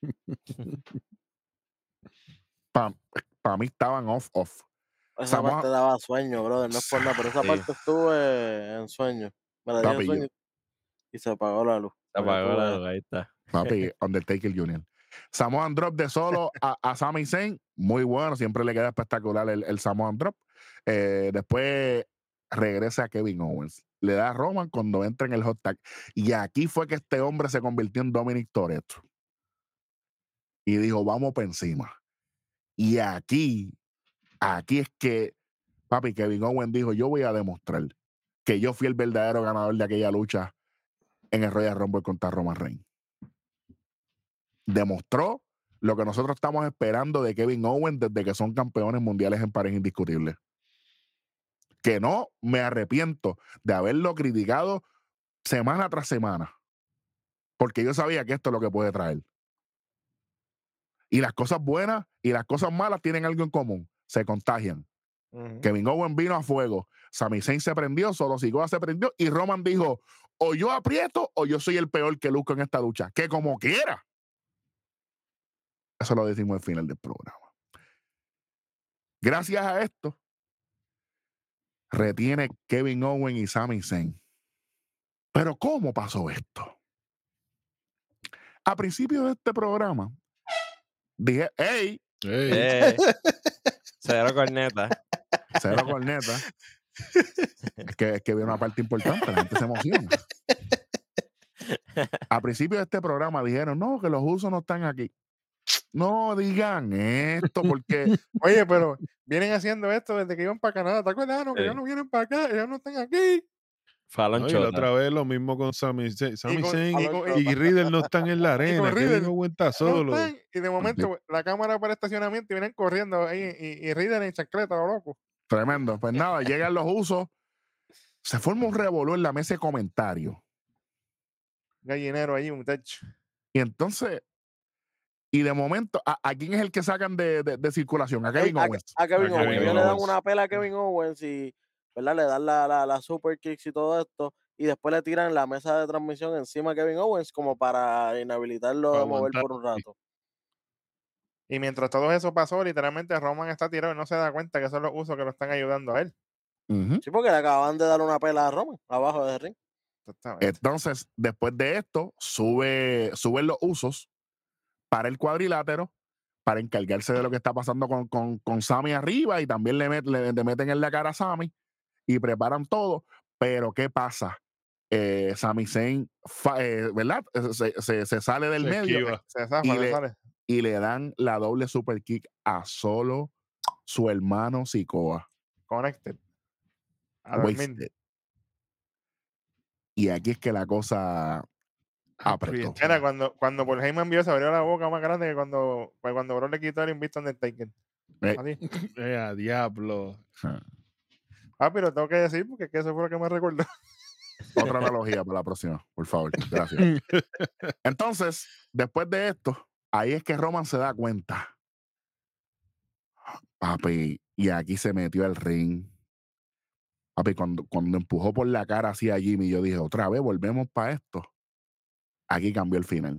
Para mí estaban off, off. Esa Samoa- parte daba sueño, brother. No es por nada, pero esa Sí. parte estuve en sueño. Me la di en Papi, sueño y se apagó la luz. Se Para que apagó tú la veas. luz, ahí está. Papi, Undertaker junior Samoan Drop de solo a, a Sami Zayn, muy bueno, siempre le queda espectacular el, el Samoan Drop. Eh, después regresa a Kevin Owens. le da a Roman cuando entra en el hot tag. Y aquí fue que este hombre se convirtió en Dominic Toretto. Y dijo, vamos por encima. Y aquí, aquí es que, papi, Kevin Owens dijo, yo voy a demostrar que yo fui el verdadero ganador de aquella lucha en el Royal Rumble contra Roman Reigns. Demostró lo que nosotros estamos esperando de Kevin Owens desde que son campeones mundiales en pareja indiscutible. Que no me arrepiento de haberlo criticado semana tras semana, porque yo sabía que esto es lo que puede traer. Y las cosas buenas y las cosas malas tienen algo en común, se contagian. Uh-huh. Kevin Owens vino a fuego, Sami Zayn se prendió, Solo Sikoa se prendió y Roman dijo, o yo aprieto o yo soy el peor que luzco en esta lucha, que como quiera. Eso lo decimos al final del programa. Gracias a esto, retiene Kevin Owens y Sami Zayn. Pero ¿cómo pasó esto? A principio de este programa, dije, hey, hey. hey. Cero corneta. Cero corneta. Es que, es que viene una parte importante, la gente se emociona. A principio de este programa dijeron, no, que los usos no están aquí. No digan esto porque... Oye, pero vienen haciendo esto desde que iban para Canadá. ¿Te acuerdas? No, que sí. ya no vienen para acá, ya no están aquí. No, y la otra vez lo mismo con Sami Zayn. Sami Zayn y, y, y, y Riddle no están en la arena. Que dijo Cuenta solo. No están, y de momento la cámara para estacionamiento y vienen corriendo ahí y, y Riddle en chancleta, lo loco. Tremendo. Pues nada, llegan los usos. Se forma un revolú en la mesa de comentarios. Gallinero ahí, un techo. Y entonces, y de momento, ¿a, a quién es el que sacan de, de, de circulación? A Kevin a, Owens. A, a Kevin a Owens. Kevin Ellos Owens. le dan una pela a Kevin Owens y, ¿verdad? Le dan la, la, la super kicks y todo esto. Y después le tiran la mesa de transmisión encima a Kevin Owens como para inhabilitarlo para de mover por un rato. Y mientras todo eso pasó, literalmente Roman está tirado y no se da cuenta que son los usos que lo están ayudando a él. Uh-huh. Sí, porque le acaban de dar una pela a Roman abajo del ring. Entonces, después de esto, sube, suben los usos para el cuadrilátero para encargarse de lo que está pasando con, con, con Sami arriba y también le, met, le, le meten en la cara a Sami y preparan todo. Pero, ¿qué pasa? Eh, Sami Zayn, eh, ¿verdad? Se, se, se sale del se medio se zafa, y, se le, sale. y le dan la doble super kick a solo su hermano Sikoa. Connected. A Wasted. Y aquí es que la cosa apretó. Era cuando, cuando Paul Heyman vio, se abrió la boca más grande que cuando, pues cuando Bro le quitó el invito a Undertaker. Eh, eh, a diablo. Ah, pero tengo que decir porque eso fue lo que me recordó. Otra analogía para la próxima, por favor. Gracias. Entonces, después de esto, ahí es que Roman se da cuenta. Papi, y aquí se metió al ring. Papi, cuando, cuando empujó por la cara así a Jimmy, yo dije, otra vez, volvemos para esto. Aquí cambió el final.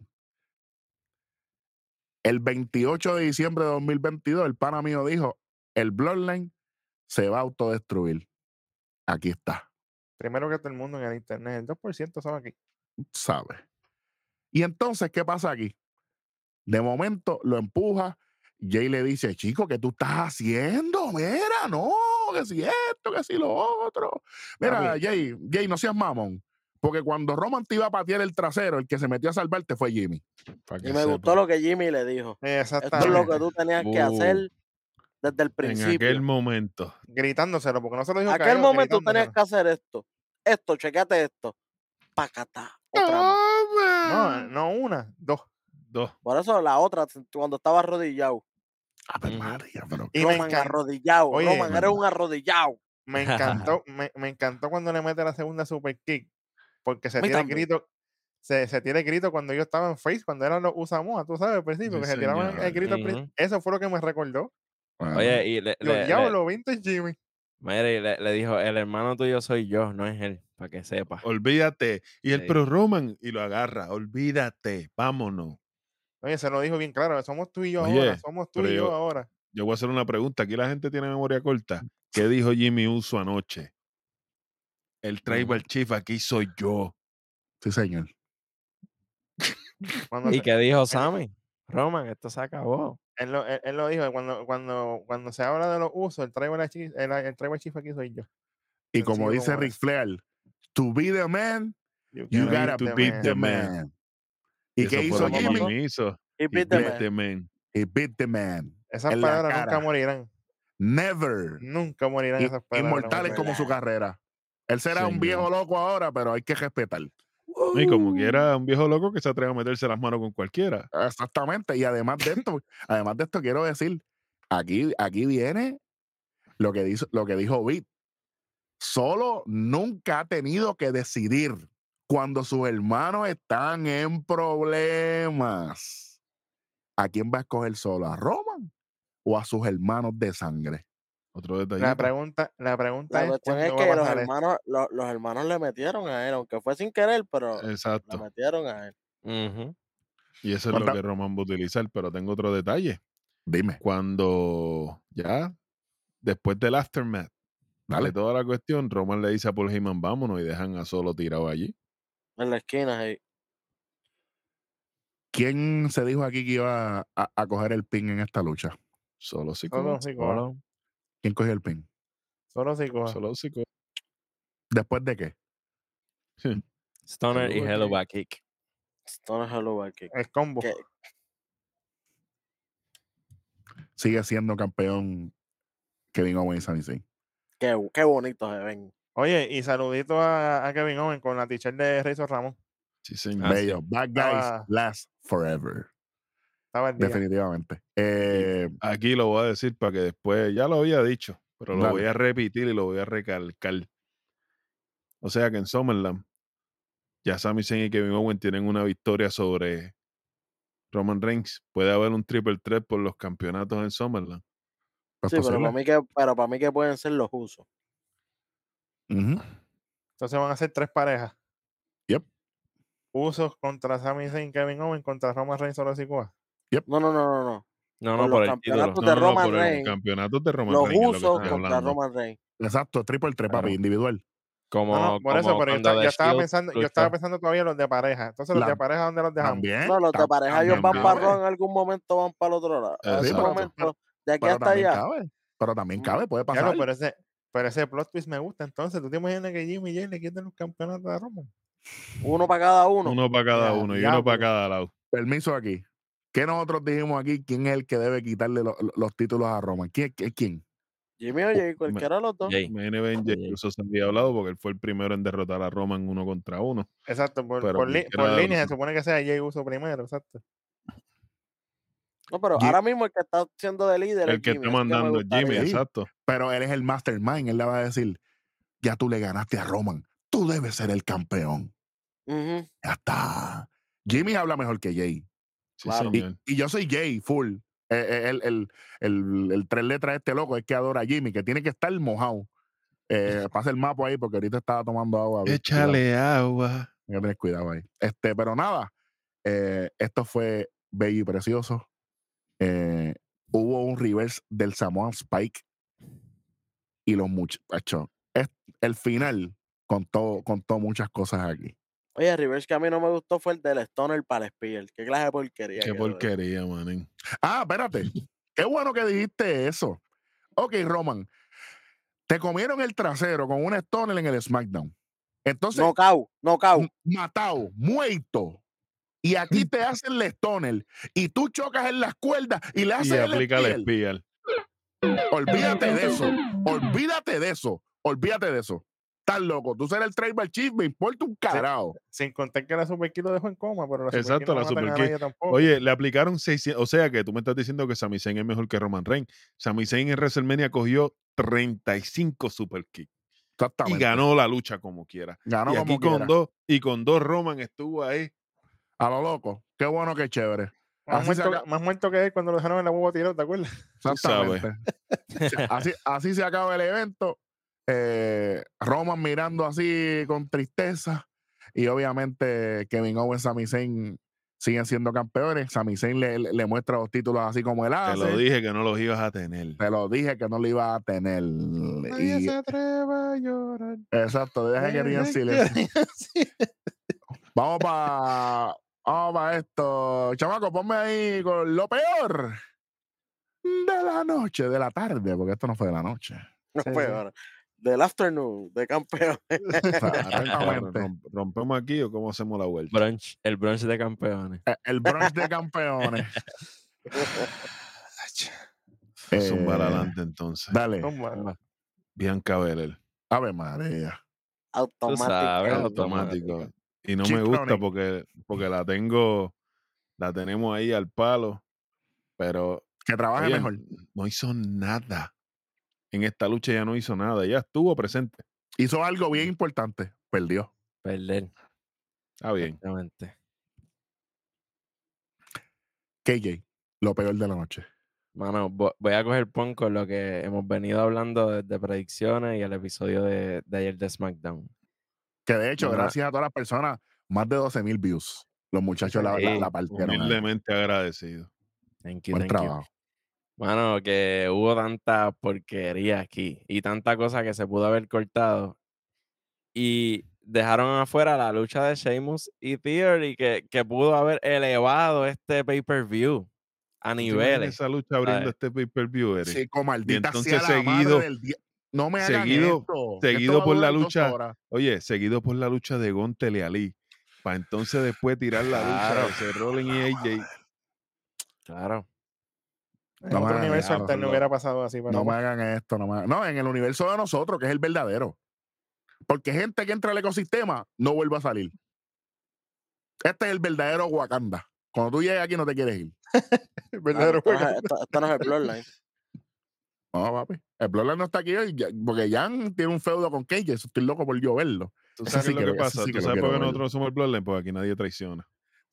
El veintiocho de diciembre de dos mil veintidós, el pana mío dijo, el Bloodline se va a autodestruir. Aquí está. Primero que todo el mundo en el internet, el dos por ciento son aquí. ¿Sabes? Y entonces, ¿qué pasa aquí? De momento lo empuja. Jay le dice, chico, ¿qué tú estás haciendo? Mira, no, que si esto, que si lo otro. Mira, ah, Jay, Jay, no seas mamón. Porque cuando Roman te iba a patear el trasero, el que se metió a salvarte fue Jimmy. Y me sepa. Gustó lo que Jimmy le dijo. Esto es lo que tú tenías uh, que hacer desde el principio. En aquel momento. Gritándoselo, porque no se lo dijo. En aquel momento tú tenías que hacer esto. Esto, chequeate esto. Pacata. Otra no, más. No, no una, dos. Dos. Por eso la otra, cuando estaba arrodillado. A ver, María, pero y Roman arrodillado. Oye, Roman, eres un arrodillado. Me encantó, me, me encantó cuando le mete la segunda super kick. Porque se tira el grito. Se, se tira el grito cuando yo estaba en Face, cuando eran los Usamoa, tú sabes, al principio, sí, que se tiraban el grito. Uh-huh. Eso fue lo que me recordó. Bueno. Oye, y le, yo, le, diablo, le, vintage Jimmy. Mire, le, le dijo, el hermano tuyo soy yo, no es él, para que sepa. Olvídate. Y el sí. Pro Roman, y lo agarra, olvídate, vámonos. Oye, se lo dijo bien claro, somos tú y yo Oye, ahora, somos tú y yo, yo ahora. Yo voy a hacer una pregunta, aquí la gente tiene memoria corta. ¿Qué dijo Jimmy Uso anoche? El Tribal uh-huh. Chief aquí soy yo. Sí, señor. ¿Y qué dijo Sami? Roman, esto se acabó. Él lo, él, él lo dijo, cuando, cuando, cuando se habla de los usos, el Tribal Chief, el, el Tribal Chief aquí soy yo. Y como dice Ric Flair, to be the man, You you gotta gotta to beat beat the the man. man. ¿Y Eso qué fue hizo lo que Jimmy? Jimmy hizo. He He beat the Beat man. the man. He beat the man. Esas En la palabras nunca cara. morirán. Never. Nunca morirán I- esas palabras. Inmortales como su carrera. Él será un Señor. viejo loco ahora, pero hay que respetar. Y como quiera, un viejo loco que se atreve a meterse las manos con cualquiera. Exactamente. Y además de esto, además de esto, quiero decir, aquí, aquí viene lo que dijo, lo que dijo Vic. Solo nunca ha tenido que decidir cuando sus hermanos están en problemas. ¿A quién va a escoger solo? ¿A Roman o a sus hermanos de sangre? Otro La detallito. pregunta, la pregunta La es cuestión es cuándo va que a los pasar esto. hermanos, los, los hermanos le metieron a él, aunque fue sin querer, pero le Exacto. metieron a él. Ujú. Y eso es lo ¿Cuánta- que Roman va a utilizar. Pero tengo otro detalle. Dime, Cuando ya, después del aftermath dale. de toda la cuestión, Roman le dice a Paul Heyman, vámonos, y dejan a Solo tirado allí. En la esquina ahí. ¿Quién se dijo aquí que iba a, a- a coger el pin en esta lucha? Solo si Solo sí coja. Solo. ¿Quién cogió el pin? Solo sí coja. Solo si ¿Después de qué? Stoner y Hello, Hello aquí. Back Kick. Stone Hello aquí. El combo. Que Sigue siendo campeón Kevin Owens y Sami Zayn. qué, qué bonito se ven. Oye, y saludito a, a Kevin Owen con la t-shirt de Razor Ramón. Sí, señor. Ah, Bello. sí. Bad guys Estaba- last forever. Estaba el día. Definitivamente. Eh, Aquí lo voy a decir para que después, ya lo había dicho, pero lo Dale. voy a repetir y lo voy a recalcar. O sea que en SummerSlam, ya Sami Zayn y Kevin Owens tienen una victoria sobre Roman Reigns. Puede haber un triple threat por los campeonatos en SummerSlam. pues Sí, pero posible. para mí que, pero para mí que pueden ser los usos. Ujú. Entonces van a ser tres parejas. Yep. Usos contra Sami Zayn, Kevin Owen contra Roman Reigns, solo si coja. No, no, no, no, no. No, Por no, los por el título. campeonatos No, de no, no, Roman por el Reigns. campeonato de Roman Los Reigns es lo que usos estoy contra hablando. Roman Reigns. Exacto, triple threat, papi, Claro. individual. Como, No, no, por eso, como pero yo, cuando esta- yo The estaba Shield pensando, yo luchó. estaba pensando todavía en los de pareja. Entonces los La- de pareja, ¿dónde los dejamos? También. No, los de tam- pareja ellos van también para cabe. Raw en algún momento, van para el otro lado. En algún Exacto. momento, de aquí Pero hasta también allá. cabe. Pero también Mm. cabe, puede Claro, pasar. pero ese, pero ese plot twist me gusta. Entonces, ¿tú te imaginas que Jimmy y Jay le quiten los campeonatos a Roman? Uno para cada uno. Uno para cada Ya, uno y uno diablo. para cada lado. Permiso aquí. ¿Qué nosotros dijimos aquí? ¿Quién es el que debe quitarle lo- lo- los títulos a Roman? ¿Quién? ¿Quién? quién? Jimmy o Jay, cualquiera de los dos. Jay. Main Event, Sí, Jey Jay. Uso se había hablado porque él fue el primero en derrotar a Roman uno contra uno. Exacto, por, Pero por, li- cualquiera por de línea los se supone que sea Jay Uso primero, exacto. No, pero Jim- ahora mismo el que está siendo de líder El es que Jimmy. está así que me mandando es Jimmy, gustaría. Sí. exacto. Pero él es el mastermind. Él le va a decir, ya tú le ganaste a Roman. Tú debes ser el campeón. Ujú. Ya está. Jimmy habla mejor que Jay. Sí, Claro. Y, señor. y yo soy Jay, full. Eh, eh, el, el, el, el tres letras de este loco es que adora a Jimmy, que tiene que estar mojado. Eh, pasa el mapa ahí porque ahorita estaba tomando agua. Vic, cuidado. Échale agua. Hay que tener cuidado ahí. Este, pero nada, eh, esto fue bello y precioso. Eh, hubo un reverse del Samoan Spike y los muchachos. Es, el final contó, contó muchas cosas aquí. Oye, el reverse que a mí no me gustó fue el del Stoner para el Spear. Qué clase de porquería. Qué quedó eso. porquería, manín. Ah, espérate. Qué bueno que dijiste eso. Ok, Roman. Te comieron el trasero con un Stoner en el SmackDown. Entonces, Knockout, knockout. m- matado, muerto. Y aquí te hacen el Stoner y tú chocas en las cuerdas y le haces Y el aplica el spear. Spear. Olvídate de eso. Olvídate de eso. Olvídate de eso. Estás loco. Tú serás el Tribal Chief, me importa un carajo. Sin contar que la Super Kick lo dejó en coma, pero la Super Exacto, Kick no la matan Super a Kick. nadie tampoco. Oye, le aplicaron seiscientos. O sea que tú me estás diciendo que Sami Zayn es mejor que Roman Reigns. Sami Zayn en WrestleMania cogió treinta y cinco Super Kick y Exactamente. ganó la lucha como quiera. Ganó y como aquí con quiera. dos, y con dos Roman estuvo ahí. A lo loco. Qué bueno, qué chévere. Más Así se, muerto, acaba, más muerto que él cuando lo dejaron en la huevo tirado, ¿te acuerdas? Tú sabes. exactamente. así, así se acaba el evento. Eh, Roman mirando así con tristeza. Y obviamente Kevin Owens y Sami Zayn siguen siendo campeones. Sami Zayn le, le, le muestra los títulos así como él Te hace. lo dije que no los ibas a tener. Te lo dije que no lo iba a tener. Nadie Y, se atreve a llorar. exacto, deja que rían silencio. Vamos para vamos pa esto. Chamaco, ponme ahí con lo peor de la noche, de la tarde, porque esto no fue de la noche. No Sí, fue sí. ahora. del afternoon de campeones. Exactamente. Romp- ¿Rompemos aquí o cómo hacemos la vuelta? Brunch, el brunch de campeones. Eh, El brunch de campeones. Zumba Eh, adelante entonces. Dale. Zumba. Bianca Belair. Ave María. Tú sabes, Automático. Automático. automático. Y no Keep me gusta running. porque, porque la tengo, la tenemos ahí al palo, pero Que trabaje oye, mejor. no hizo nada. En esta lucha ya no hizo nada. Ya estuvo presente. Hizo algo bien importante. Perdió. Perder. Está bien. Exactamente. K J, lo peor de la noche. Mano, vo- voy a coger pon con lo que hemos venido hablando desde predicciones y el episodio de, de ayer de SmackDown. Que de hecho, Mano, gracias a todas las personas, más de doce mil views. Los muchachos la, la, Sí, la partieron ahí. Humildemente agradecido. thank you, Buen thank you. trabajo. Mano, que hubo tanta porquería aquí y tanta cosa que se pudo haber cortado. Y dejaron afuera la lucha de Sheamus y Theory que, que pudo haber elevado este pay-per-view a ¿Tú te imaginas niveles. esa lucha abriendo ¿sabes? este pay-per-view, Eric? Sí, con maldita entonces sea la seguido- madre del día. No me hagan seguido- esto. que seguido esto va a por la durar dos lucha- horas. Oye, seguido por la lucha de Gontel y Ali. Para entonces después tirar la Claro. lucha de Seth Rollins y A J. Claro. En No me otro hagan universo esto, alterno lo- hubiera pasado así, pero No me pues, hagan esto. No, me hagan- no, en el universo de nosotros, que es el verdadero. Porque gente que entra al ecosistema no vuelve a salir. Este es el verdadero Wakanda. Cuando tú llegas aquí no te quieres ir. el Ah, verdadero esto, no juego. es, esto- esto no es el Bloodline. No, papi. El Bloodline no está aquí hoy ya- porque Jan tiene un feudo con Cage. Eso estoy loco por yo verlo. ¿Tú Ese sabes sí qué es lo que- que ese pasa? sí que ¿Tú lo sabes quiero por qué ver. nosotros no somos el Bloodline? Porque aquí nadie traiciona.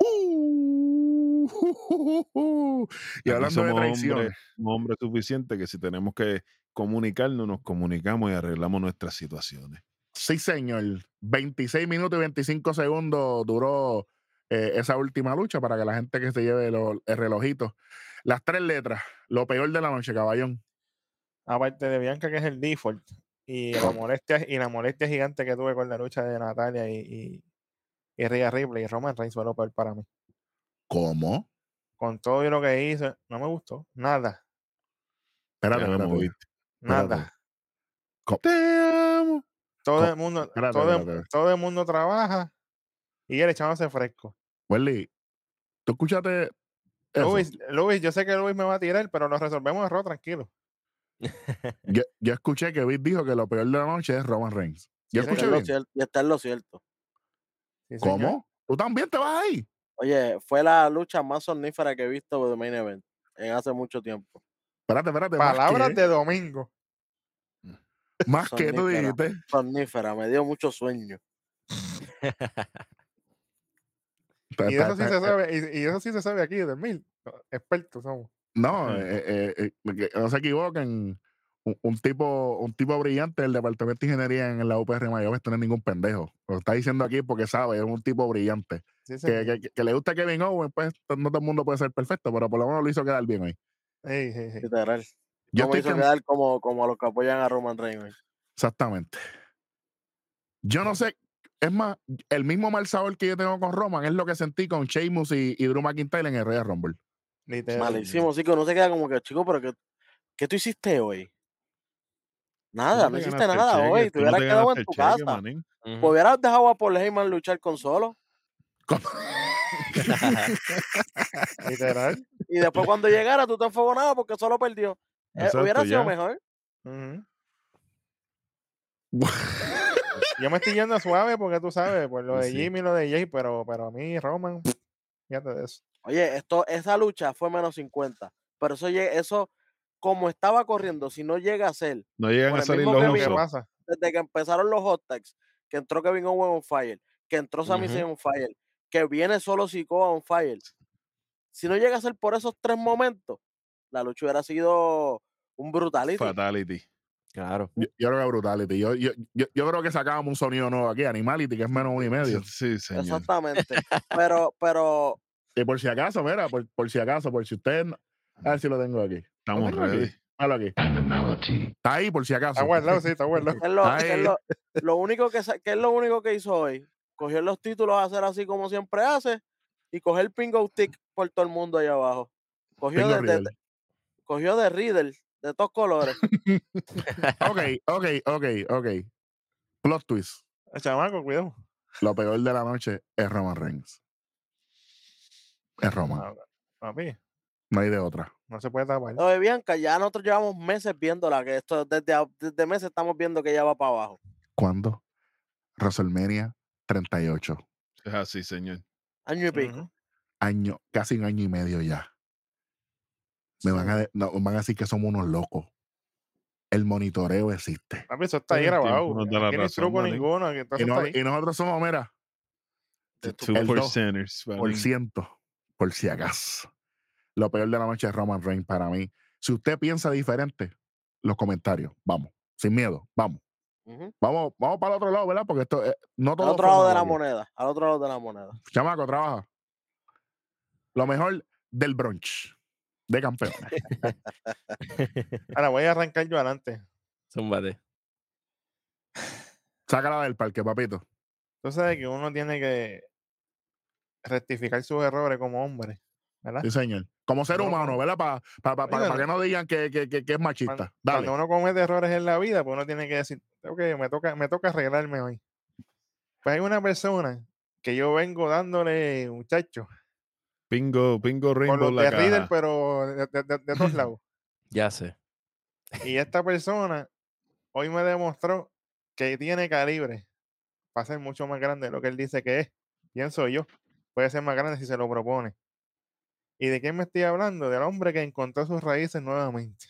Uh, y Aquí hablando de somos traiciones. hombres, somos hombres suficientes que si tenemos que comunicarnos, nos comunicamos y arreglamos nuestras situaciones. Sí, señor. veintiséis minutos y veinticinco segundos duró eh, esa última lucha para que la gente que se lleve lo- el relojito. Las tres letras. Lo peor de la noche, caballón. Aparte de Bianca, que es el default, y la molestia, y la molestia gigante que tuve con la lucha de Natalia y, y, y Rhea Ripley y Roman Reigns fue lo peor para mí. ¿Cómo? Con todo lo que hizo, no me gustó. Nada. Espérate, Te amo, espérate. ¿viste? Nada. Te amo. Todo Co- el mundo, espérate, todo, el- espérate. todo el mundo trabaja y él echándose fresco. Welly, ¿tú escuchaste eso? Luis, Luis, yo sé que Luis me va a tirar, pero lo resolvemos error, tranquilo. Yo, yo escuché que Vic dijo que lo peor de la noche es Roman Reigns. Yo Sí, Y está escuché en lo bien. cier- y está en lo cierto. Sí, señor. ¿Cómo? ¿Tú también te vas ahí? Oye, fue la lucha más somnífera que he visto de Main Event en hace mucho tiempo. Espérate, espérate. ¿Más Palabras que? de domingo. ¿Más que tú Somnífera. dijiste? Somnífera, me dio mucho sueño. Ta- Y ta- eso sí ta- se eh, sabe, y, y eso sí se sabe aquí de mil. Expertos somos. No, Mm. eh, eh, eh, que no se equivoquen. Un, un tipo, un tipo brillante del Departamento de Ingeniería en la U P R Mayagüez no es ningún pendejo. Lo está diciendo aquí porque sabe, es un tipo brillante. Sí, Que, señor. que, que le gusta Kevin Owens, pues no todo el mundo puede ser perfecto, pero por lo menos lo hizo quedar bien hoy. Ey, ey, ey. Literal. Yo No me estoy hizo can- quedar como, como a los que apoyan a Roman Reigns. Exactamente. Yo no sé, es más, el mismo mal sabor que yo tengo con Roman es lo que sentí con Sheamus y, y Drew McIntyre en el Royal Rumble. Literal. Malísimo, sí que uno se queda como que, chico, pero ¿qué, qué tú hiciste hoy? Nada, Tú no te hiciste ganaste el nada cheque, hoy. Te tú no hubieras te quedado ganaste en el tu cheque, casa. manín. Ujú. Hubieras dejado a Paul Heyman luchar con solo. ¿Cómo? Literal. Y después cuando llegara tú te enfogonabas porque solo perdió. Eh, Exacto, hubiera sido ya. mejor. Ujú. Yo me estoy yendo suave porque tú sabes, por lo de Sí. Jimmy y lo de Jay, pero, pero a mí, Roman, fíjate de eso. Oye, esto, esa lucha fue menos cincuenta. Pero eso, lle- eso, como estaba corriendo, si no llega a ser, No llegan Por a el salir mismo los Es lo Kevin que usos. pasa. desde que empezaron los hot tags, que entró Kevin Owens on fire, que entró Sami Ujú. Zayn on fire, que viene solo Sikoa on fire. Si no llega a ser por esos tres momentos, la lucha hubiera sido un brutality. Fatality. Claro. Yo, yo creo que Brutality. Yo, yo, yo, yo creo que sacábamos un sonido nuevo aquí, Animality, que es menos uno y medio. Sí, señor. Exactamente. Pero, pero, Y por si acaso, mira, por, por si acaso, por si ustedes. no- A ver si lo tengo aquí. ¿Lo Estamos tengo aquí? ready. Míralo aquí. Está ahí, por si acaso. Está guardado, sí, está guardado. ¿qué es lo, Ay. qué es lo- lo único que, sa- qué es lo único que hizo hoy? Cogió los títulos a hacer así como siempre hace y coger el pingo stick por todo el mundo allá abajo. Cogió Pingo de, de- Riddle. cogió de Riddle, de todos colores. Ok, ok, ok, ok. Plot twist. El chamaco, cuidado. Lo peor de la noche es Roman Reigns. Es Roman. Ah, Papi, No hay de otra. no se puede tapar. Oye, Bianca, ya nosotros llevamos meses viéndola, que esto desde, a- desde meses estamos viendo que ella va para abajo. ¿Cuándo? WrestleMania treinta y ocho. Es así, señor. Año y pico. Ujú. Año, casi un año y medio ya. Me van a, de- no, van a decir que somos unos locos. El monitoreo existe. Papi, eso está ahí Pero el tiempo grabado. nos da la Aquí no hay razón, truco manín. ninguno. Aquí todo Y, eso no- está ahí. y nosotros somos, mira, The tu two el dos percenters, por manín. ciento, por si acaso. Lo peor de la noche es Roman Reigns para mí. Si usted piensa diferente, los comentarios, vamos, sin miedo, vamos. Ujú. Vamos, vamos para el otro lado, ¿verdad? Porque esto eh, no Al todo otro lado fue de malo la aquí. moneda. Al otro lado de la moneda. Chamaco, trabaja. Lo mejor del brunch de campeones. Ahora voy a arrancar yo adelante. Zúmbate. Sácala del parque, papito. Tú sabes que uno tiene que rectificar sus errores como hombre, ¿verdad? Sí, señor. Como ser No, humano, no. ¿verdad? Para pa, pa, pa- Oiga, pa que no. no digan que, que, que, que es Cuando, machista. Dale. cuando uno comete errores en la vida, pues uno tiene que decir, ok, me toca, me toca arreglarme hoy. Pues hay una persona que yo vengo dándole, muchacho, Pingo, pingo con Rainbow los la de Riddle, caja. pero de, de- de- de todos lados. Ya sé. Y esta persona hoy me demostró que tiene calibre para ser mucho más grande de lo que él dice que es. Pienso yo. Puede ser más grande si se lo propone. ¿Y de quién me estoy hablando? Del hombre que encontró sus raíces nuevamente.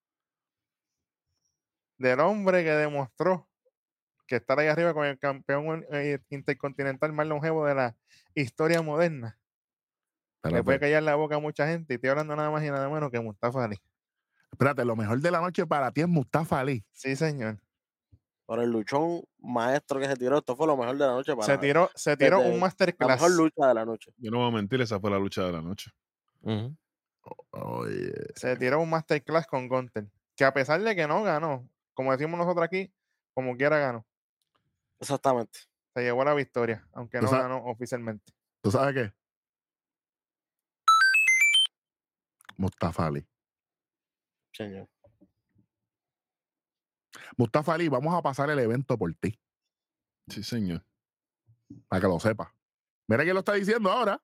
Del hombre que demostró que estar ahí arriba con el campeón eh, intercontinental más longevo de la historia moderna le puede Espérate. callar la boca a mucha gente. Y estoy hablando nada más y nada menos que Mustafa Ali. Espérate, lo mejor de la noche para ti es Mustafa Ali. Sí, señor. Por el luchón maestro que se tiró, esto fue lo mejor de la noche para Se tiró, se tiró desde un la masterclass. mejor lucha de la noche. Yo no voy a mentir, esa fue la lucha de la noche. Ujú. Oye. Se tiró un masterclass con Gunther. Que a pesar de que no ganó, como decimos nosotros aquí, como quiera ganó. Exactamente. Se llevó la victoria, aunque ¿Tú no sabes? ganó oficialmente. ¿Tú sabes qué? Mustafa Ali. Señor. Mustafa Ali, vamos a pasar el evento por ti, Sí, señor. para que lo sepas. Mira quién lo está diciendo ahora.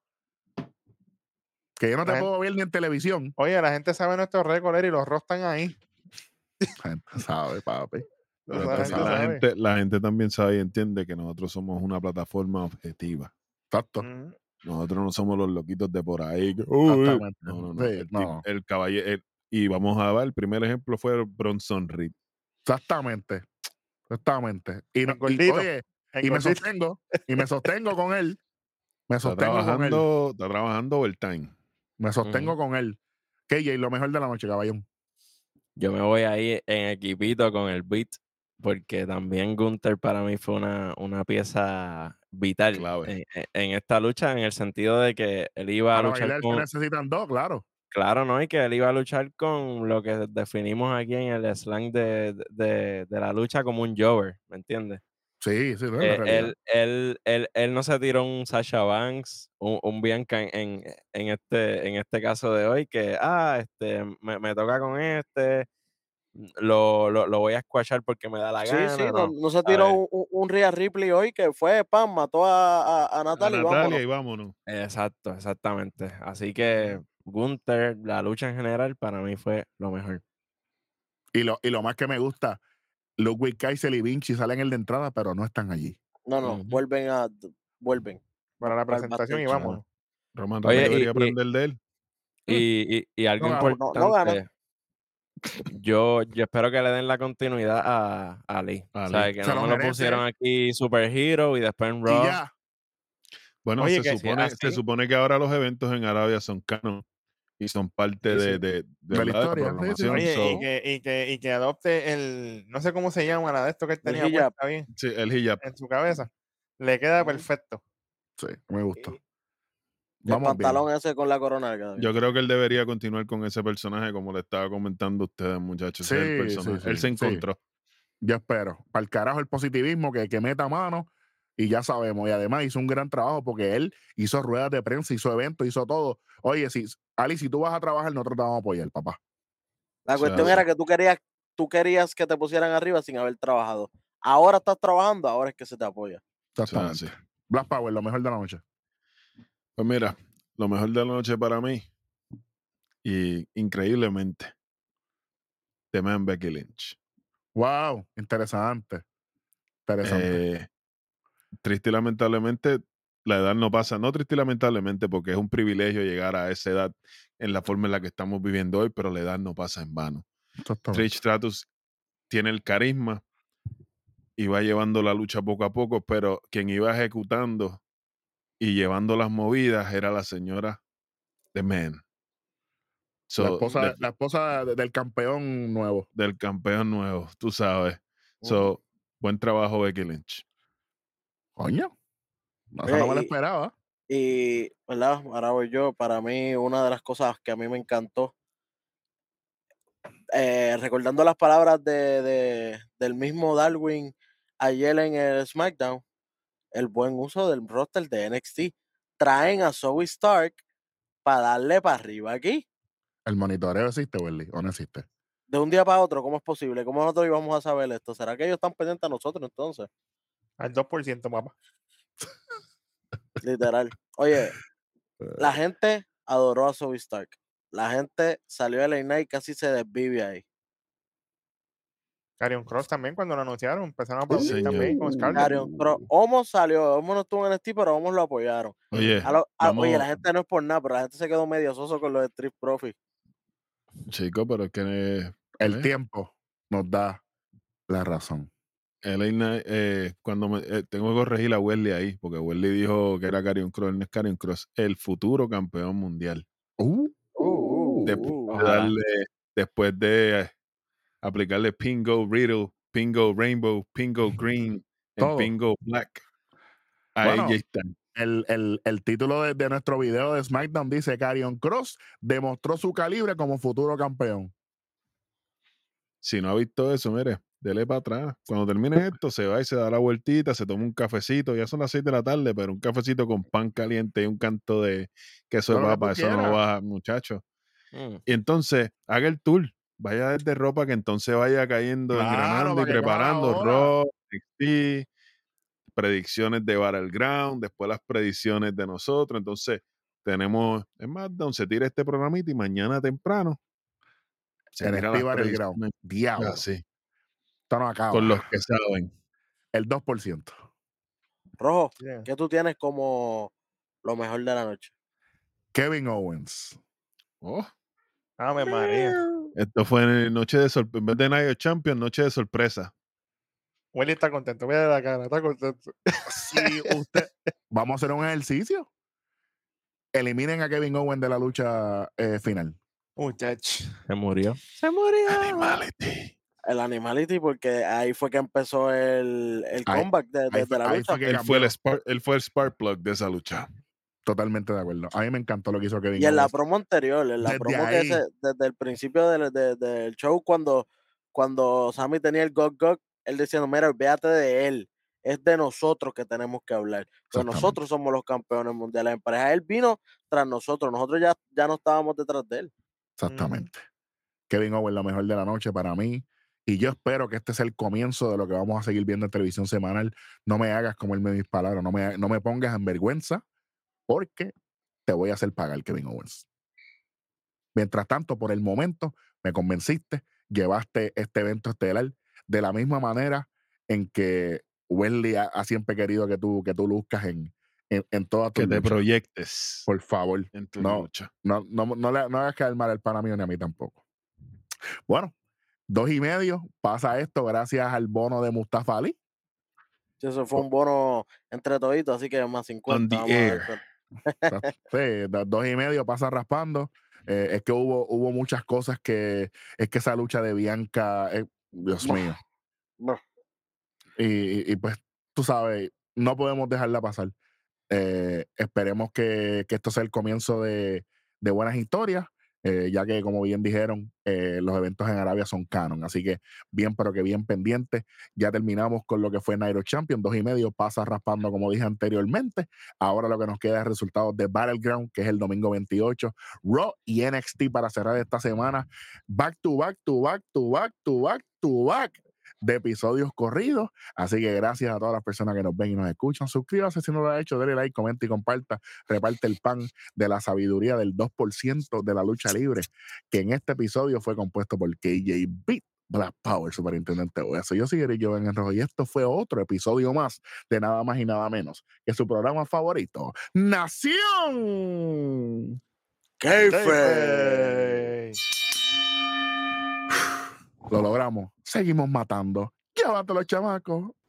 Que yo no te La gente- puedo ver ni en televisión. Oye, la gente sabe nuestros récords y los rostan ahí. La gente sabe, papi. Pero La también gente la, sabe. gente, la gente también sabe y entiende que nosotros somos una plataforma objetiva. Exacto. Mm, Nosotros no somos los loquitos de por ahí. que, "Uy". Exactamente. No, no, no. Sí, El, tip- no. el caballero. Y vamos a ver, el primer ejemplo fue Bronson Reed. Exactamente. Exactamente. Y, no- El y, gordito. oye, el y me gordito. sostengo, y me sostengo con él. Me Está sostengo con él. trabajando, está trabajando overtime. Me sostengo con él. K J, lo mejor de la noche, caballón. Yo me voy ahí en equipito con el beat, porque también Gunther para mí fue una, una pieza vital Clave. en, en- en esta lucha, en el sentido de que él iba a Para luchar bailar se con, necesitan dos, claro. claro, ¿no? Y que él iba a luchar con lo que definimos aquí en el slang de, de, de la lucha como un Jover, ¿me entiendes? Sí, sí, no, en la Eh, realidad. él, él, él, él no se tiró un Sasha Banks, un, un Bianca en, en, en este, en este caso de hoy, que, ah, este, me, me toca con este, lo, lo, lo voy a squashar porque me da la Sí, gana, sí, no, no. no se A tiró ver, un, un, un Rhea Ripley hoy que fue, pam, mató a, a, a A Natalia y Natalia vámonos. y vámonos. exacto, exactamente. Así que Gunther, la lucha en general, para mí fue lo mejor. Y lo, y lo más que me gusta, Ludwig Kaiser y Vinci salen el de entrada, pero no están allí. No, no, Ujú. vuelven a, vuelven. Para la Para el presentación y backstage. vámonos. Roman Oye, Reigns y- debería y- aprender de él. Y, y, y algo No ganó, no- no gana. importante, yo, yo espero que le den la continuidad a, a Ali. A O sea, Ali. que Se no lo me lo merece. pusieron aquí Super Hero y después en Y Raw. ya. Bueno, Oye, se, que si es supone, se así. supone que ahora los eventos en Arabia son canon y son parte Sí, de, sí. de, de, De la ¿verdad? de historia, sí, sí, programación. Oye, So, y, que, y, que, y que adopte el, no sé cómo se llama, la de esto que él El tenía hijab. puesta bien sí, el hijab. en su cabeza. Le queda Ujú. perfecto. Sí, me gustó. Y el Vamos bien. pantalón ese con la corona. que había. Yo creo que él debería continuar con ese personaje, como le estaba comentando a ustedes, muchachos. Ese es el Sí, sí, personaje. sí, Él se sí. encontró. Yo espero. Para el carajo el positivismo, que, que meta mano y ya sabemos. Y además hizo un gran trabajo porque él hizo ruedas de prensa, hizo eventos, hizo todo. Oye, si Ali, si tú vas a trabajar, nosotros te vamos a apoyar, papá. La Eso es cuestión así. era que tú querías, tú querías que te pusieran arriba sin haber trabajado. Ahora estás trabajando, ahora es que se te apoya. Eso es Exactamente. así. Black Power, lo mejor de la noche. Pues mira, lo mejor de la noche para mí, y increíblemente, The Man Becky Lynch. Wow, interesante. Interesante. Eh, triste y lamentablemente, la edad no pasa, no triste y lamentablemente, porque es un privilegio llegar a esa edad en la forma en la que estamos viviendo hoy, pero la edad no pasa en vano. Exactamente. Trish Stratus tiene el carisma y va llevando la lucha poco a poco, pero quien iba ejecutando y llevando las movidas era la señora The Man. La So, esposa, de- la esposa de- del campeón nuevo. del campeón nuevo, tú sabes. So, buen trabajo, Becky Lynch. Coño. Esa Oye, no me la y- esperaba. Y, ¿verdad? Ahora voy yo. Para mí, una de las cosas que a mí me encantó, eh, recordando las palabras de, de- del mismo Darwin ayer en el SmackDown, el buen uso del roster de N X T. Traen a Zoe Stark para darle para arriba aquí. ¿El monitoreo existe, Welly? ¿O no existe? De un día para otro, ¿cómo es posible? ¿Cómo nosotros íbamos a saber esto? ¿Será que ellos están pendientes a nosotros entonces? Al dos por ciento, papá. Literal. Oye, Eh, la gente adoró a Zoe Stark. La gente salió de la Night y casi se desvive ahí. Karrion Cross también, cuando lo anunciaron, empezaron a aplaudir Señor. también con Scarlett. Carrion, pero Homos salió, Homos no estuvo en N X T, pero Homos lo apoyaron. Oye, A lo- a- oye, la vamos, gente no es por nada, pero la gente se quedó medio soso con los Street Profits. chico, pero es que El eh, tiempo nos da la razón. L A Knight, eh, cuando me, eh, tengo que corregir a Wesley ahí, porque Wesley dijo que era Karrion Cross, no es Karrion Cross, el futuro campeón mundial. Uh, Uh, uh, Después uh. de Ojalá. darle, después de eh, aplicarle Pingo Riddle, Pingo Rainbow, Pingo Green, en todo. Pingo Black, ahí Bueno, ya están. el, el, el título de, de nuestro video de SmackDown dice: Karrion Cross demostró su calibre como futuro campeón. Si no ha visto eso, mire, dele para atrás. Cuando termine esto, se va y se da la vueltita, se toma un cafecito. Ya son las seis de la tarde, pero un cafecito con pan caliente y un canto de queso de Todo lo que tú papa, eso no quieras. baja, muchacho. Mm. Y entonces, haga el tour. Vaya desde ropa que entonces vaya cayendo, Claro, engranando y para que coja la preparando hora. Raw, N X T, predicciones de Battleground, después las predicciones de nosotros. Entonces, tenemos, es más, donde se tira este programita y mañana temprano se En tira las Steve Ground. predicciones. Diablo. Así, Esto no acaba. con los que saben. El dos por ciento. Rojo, Yeah. ¿qué tú tienes como lo mejor de la noche? Kevin Owens. Oh, Ave María. esto fue en noche de sorpresa. En vez de Night of Champions, noche de sorpresa. Willy está contento, mira la cara, está contento. Si usted. Vamos a hacer un ejercicio. Eliminen a Kevin Owens de la lucha eh, final. Muchacho. Se murió. Se murió. Animality. El Animality, porque ahí fue que empezó el, el Ahí- comeback de, de- ahí de fue- la ahí lucha. fue que Él fue, el cambió. spark, él fue el spark plug de esa lucha. Totalmente de acuerdo. A mí me encantó lo que hizo Kevin Y en la Owens. promo anterior, en la Desde promo que ahí. ese, desde el principio del, de- del show, cuando, cuando Sammy tenía el Gog Gog, él diciendo, mira, olvídate de él, es de nosotros que tenemos que hablar, porque Exactamente. nosotros somos los campeones mundiales en pareja. Él vino tras nosotros, nosotros ya, ya no estábamos detrás de él. Exactamente. Kevin Owens, lo mejor de la noche para mí. Y yo espero que este sea el comienzo de lo que vamos a seguir viendo en televisión semanal. No me hagas como él me mis palabras, no me, no me pongas en vergüenza, porque te voy a hacer pagar, Kevin Owens. Mientras tanto, por el momento, me convenciste, llevaste este evento estelar de la misma manera en que Wesley ha, ha siempre querido que tú, que tú luzcas en, en, en toda tu Que te lucha. proyectes Por favor, en tu no, lucha. no, no, no, le, no hagas caer mal al pana mío ni a mí tampoco. Bueno, dos y medio, pasa esto gracias al bono de Mustafa Ali. Sí, eso fue un bono entre toditos, así que más On cincuenta. the Vamos a air. ver. Sí, do- dos y medio pasa raspando. Eh, es que hubo, hubo muchas cosas que, es que esa lucha de Bianca, eh, Dios Buah, mío. buah. Y, y- y pues, tú sabes, no podemos dejarla pasar. Eh, esperemos que, que esto sea el comienzo de, de buenas historias. eh, ya que, como bien dijeron, eh, los eventos en Arabia son canon. Así que bien, pero que bien pendiente. Ya terminamos con lo que fue Night of Champions, dos y medio, pasa raspando, como dije anteriormente. Ahora lo que nos queda es resultados de Battleground, que es el domingo veintiocho, Raw y N X T para cerrar esta semana. Back to back, to back, to back, to back, to back de episodios corridos. Así que gracias a todas las personas que nos ven y nos escuchan. Suscríbase si no lo ha hecho, dale like, comenta y comparta. Reparte el pan de la sabiduría del dos por ciento de la lucha libre, que en este episodio fue compuesto por K J Beat Black Power, superintendente Hueso. Yo soy Eric Joven en Rojo y esto fue otro episodio más de nada más y nada menos que su programa favorito, Nación Kayfabe. Lo logramos. Seguimos matando. Llévatelo, chamacos.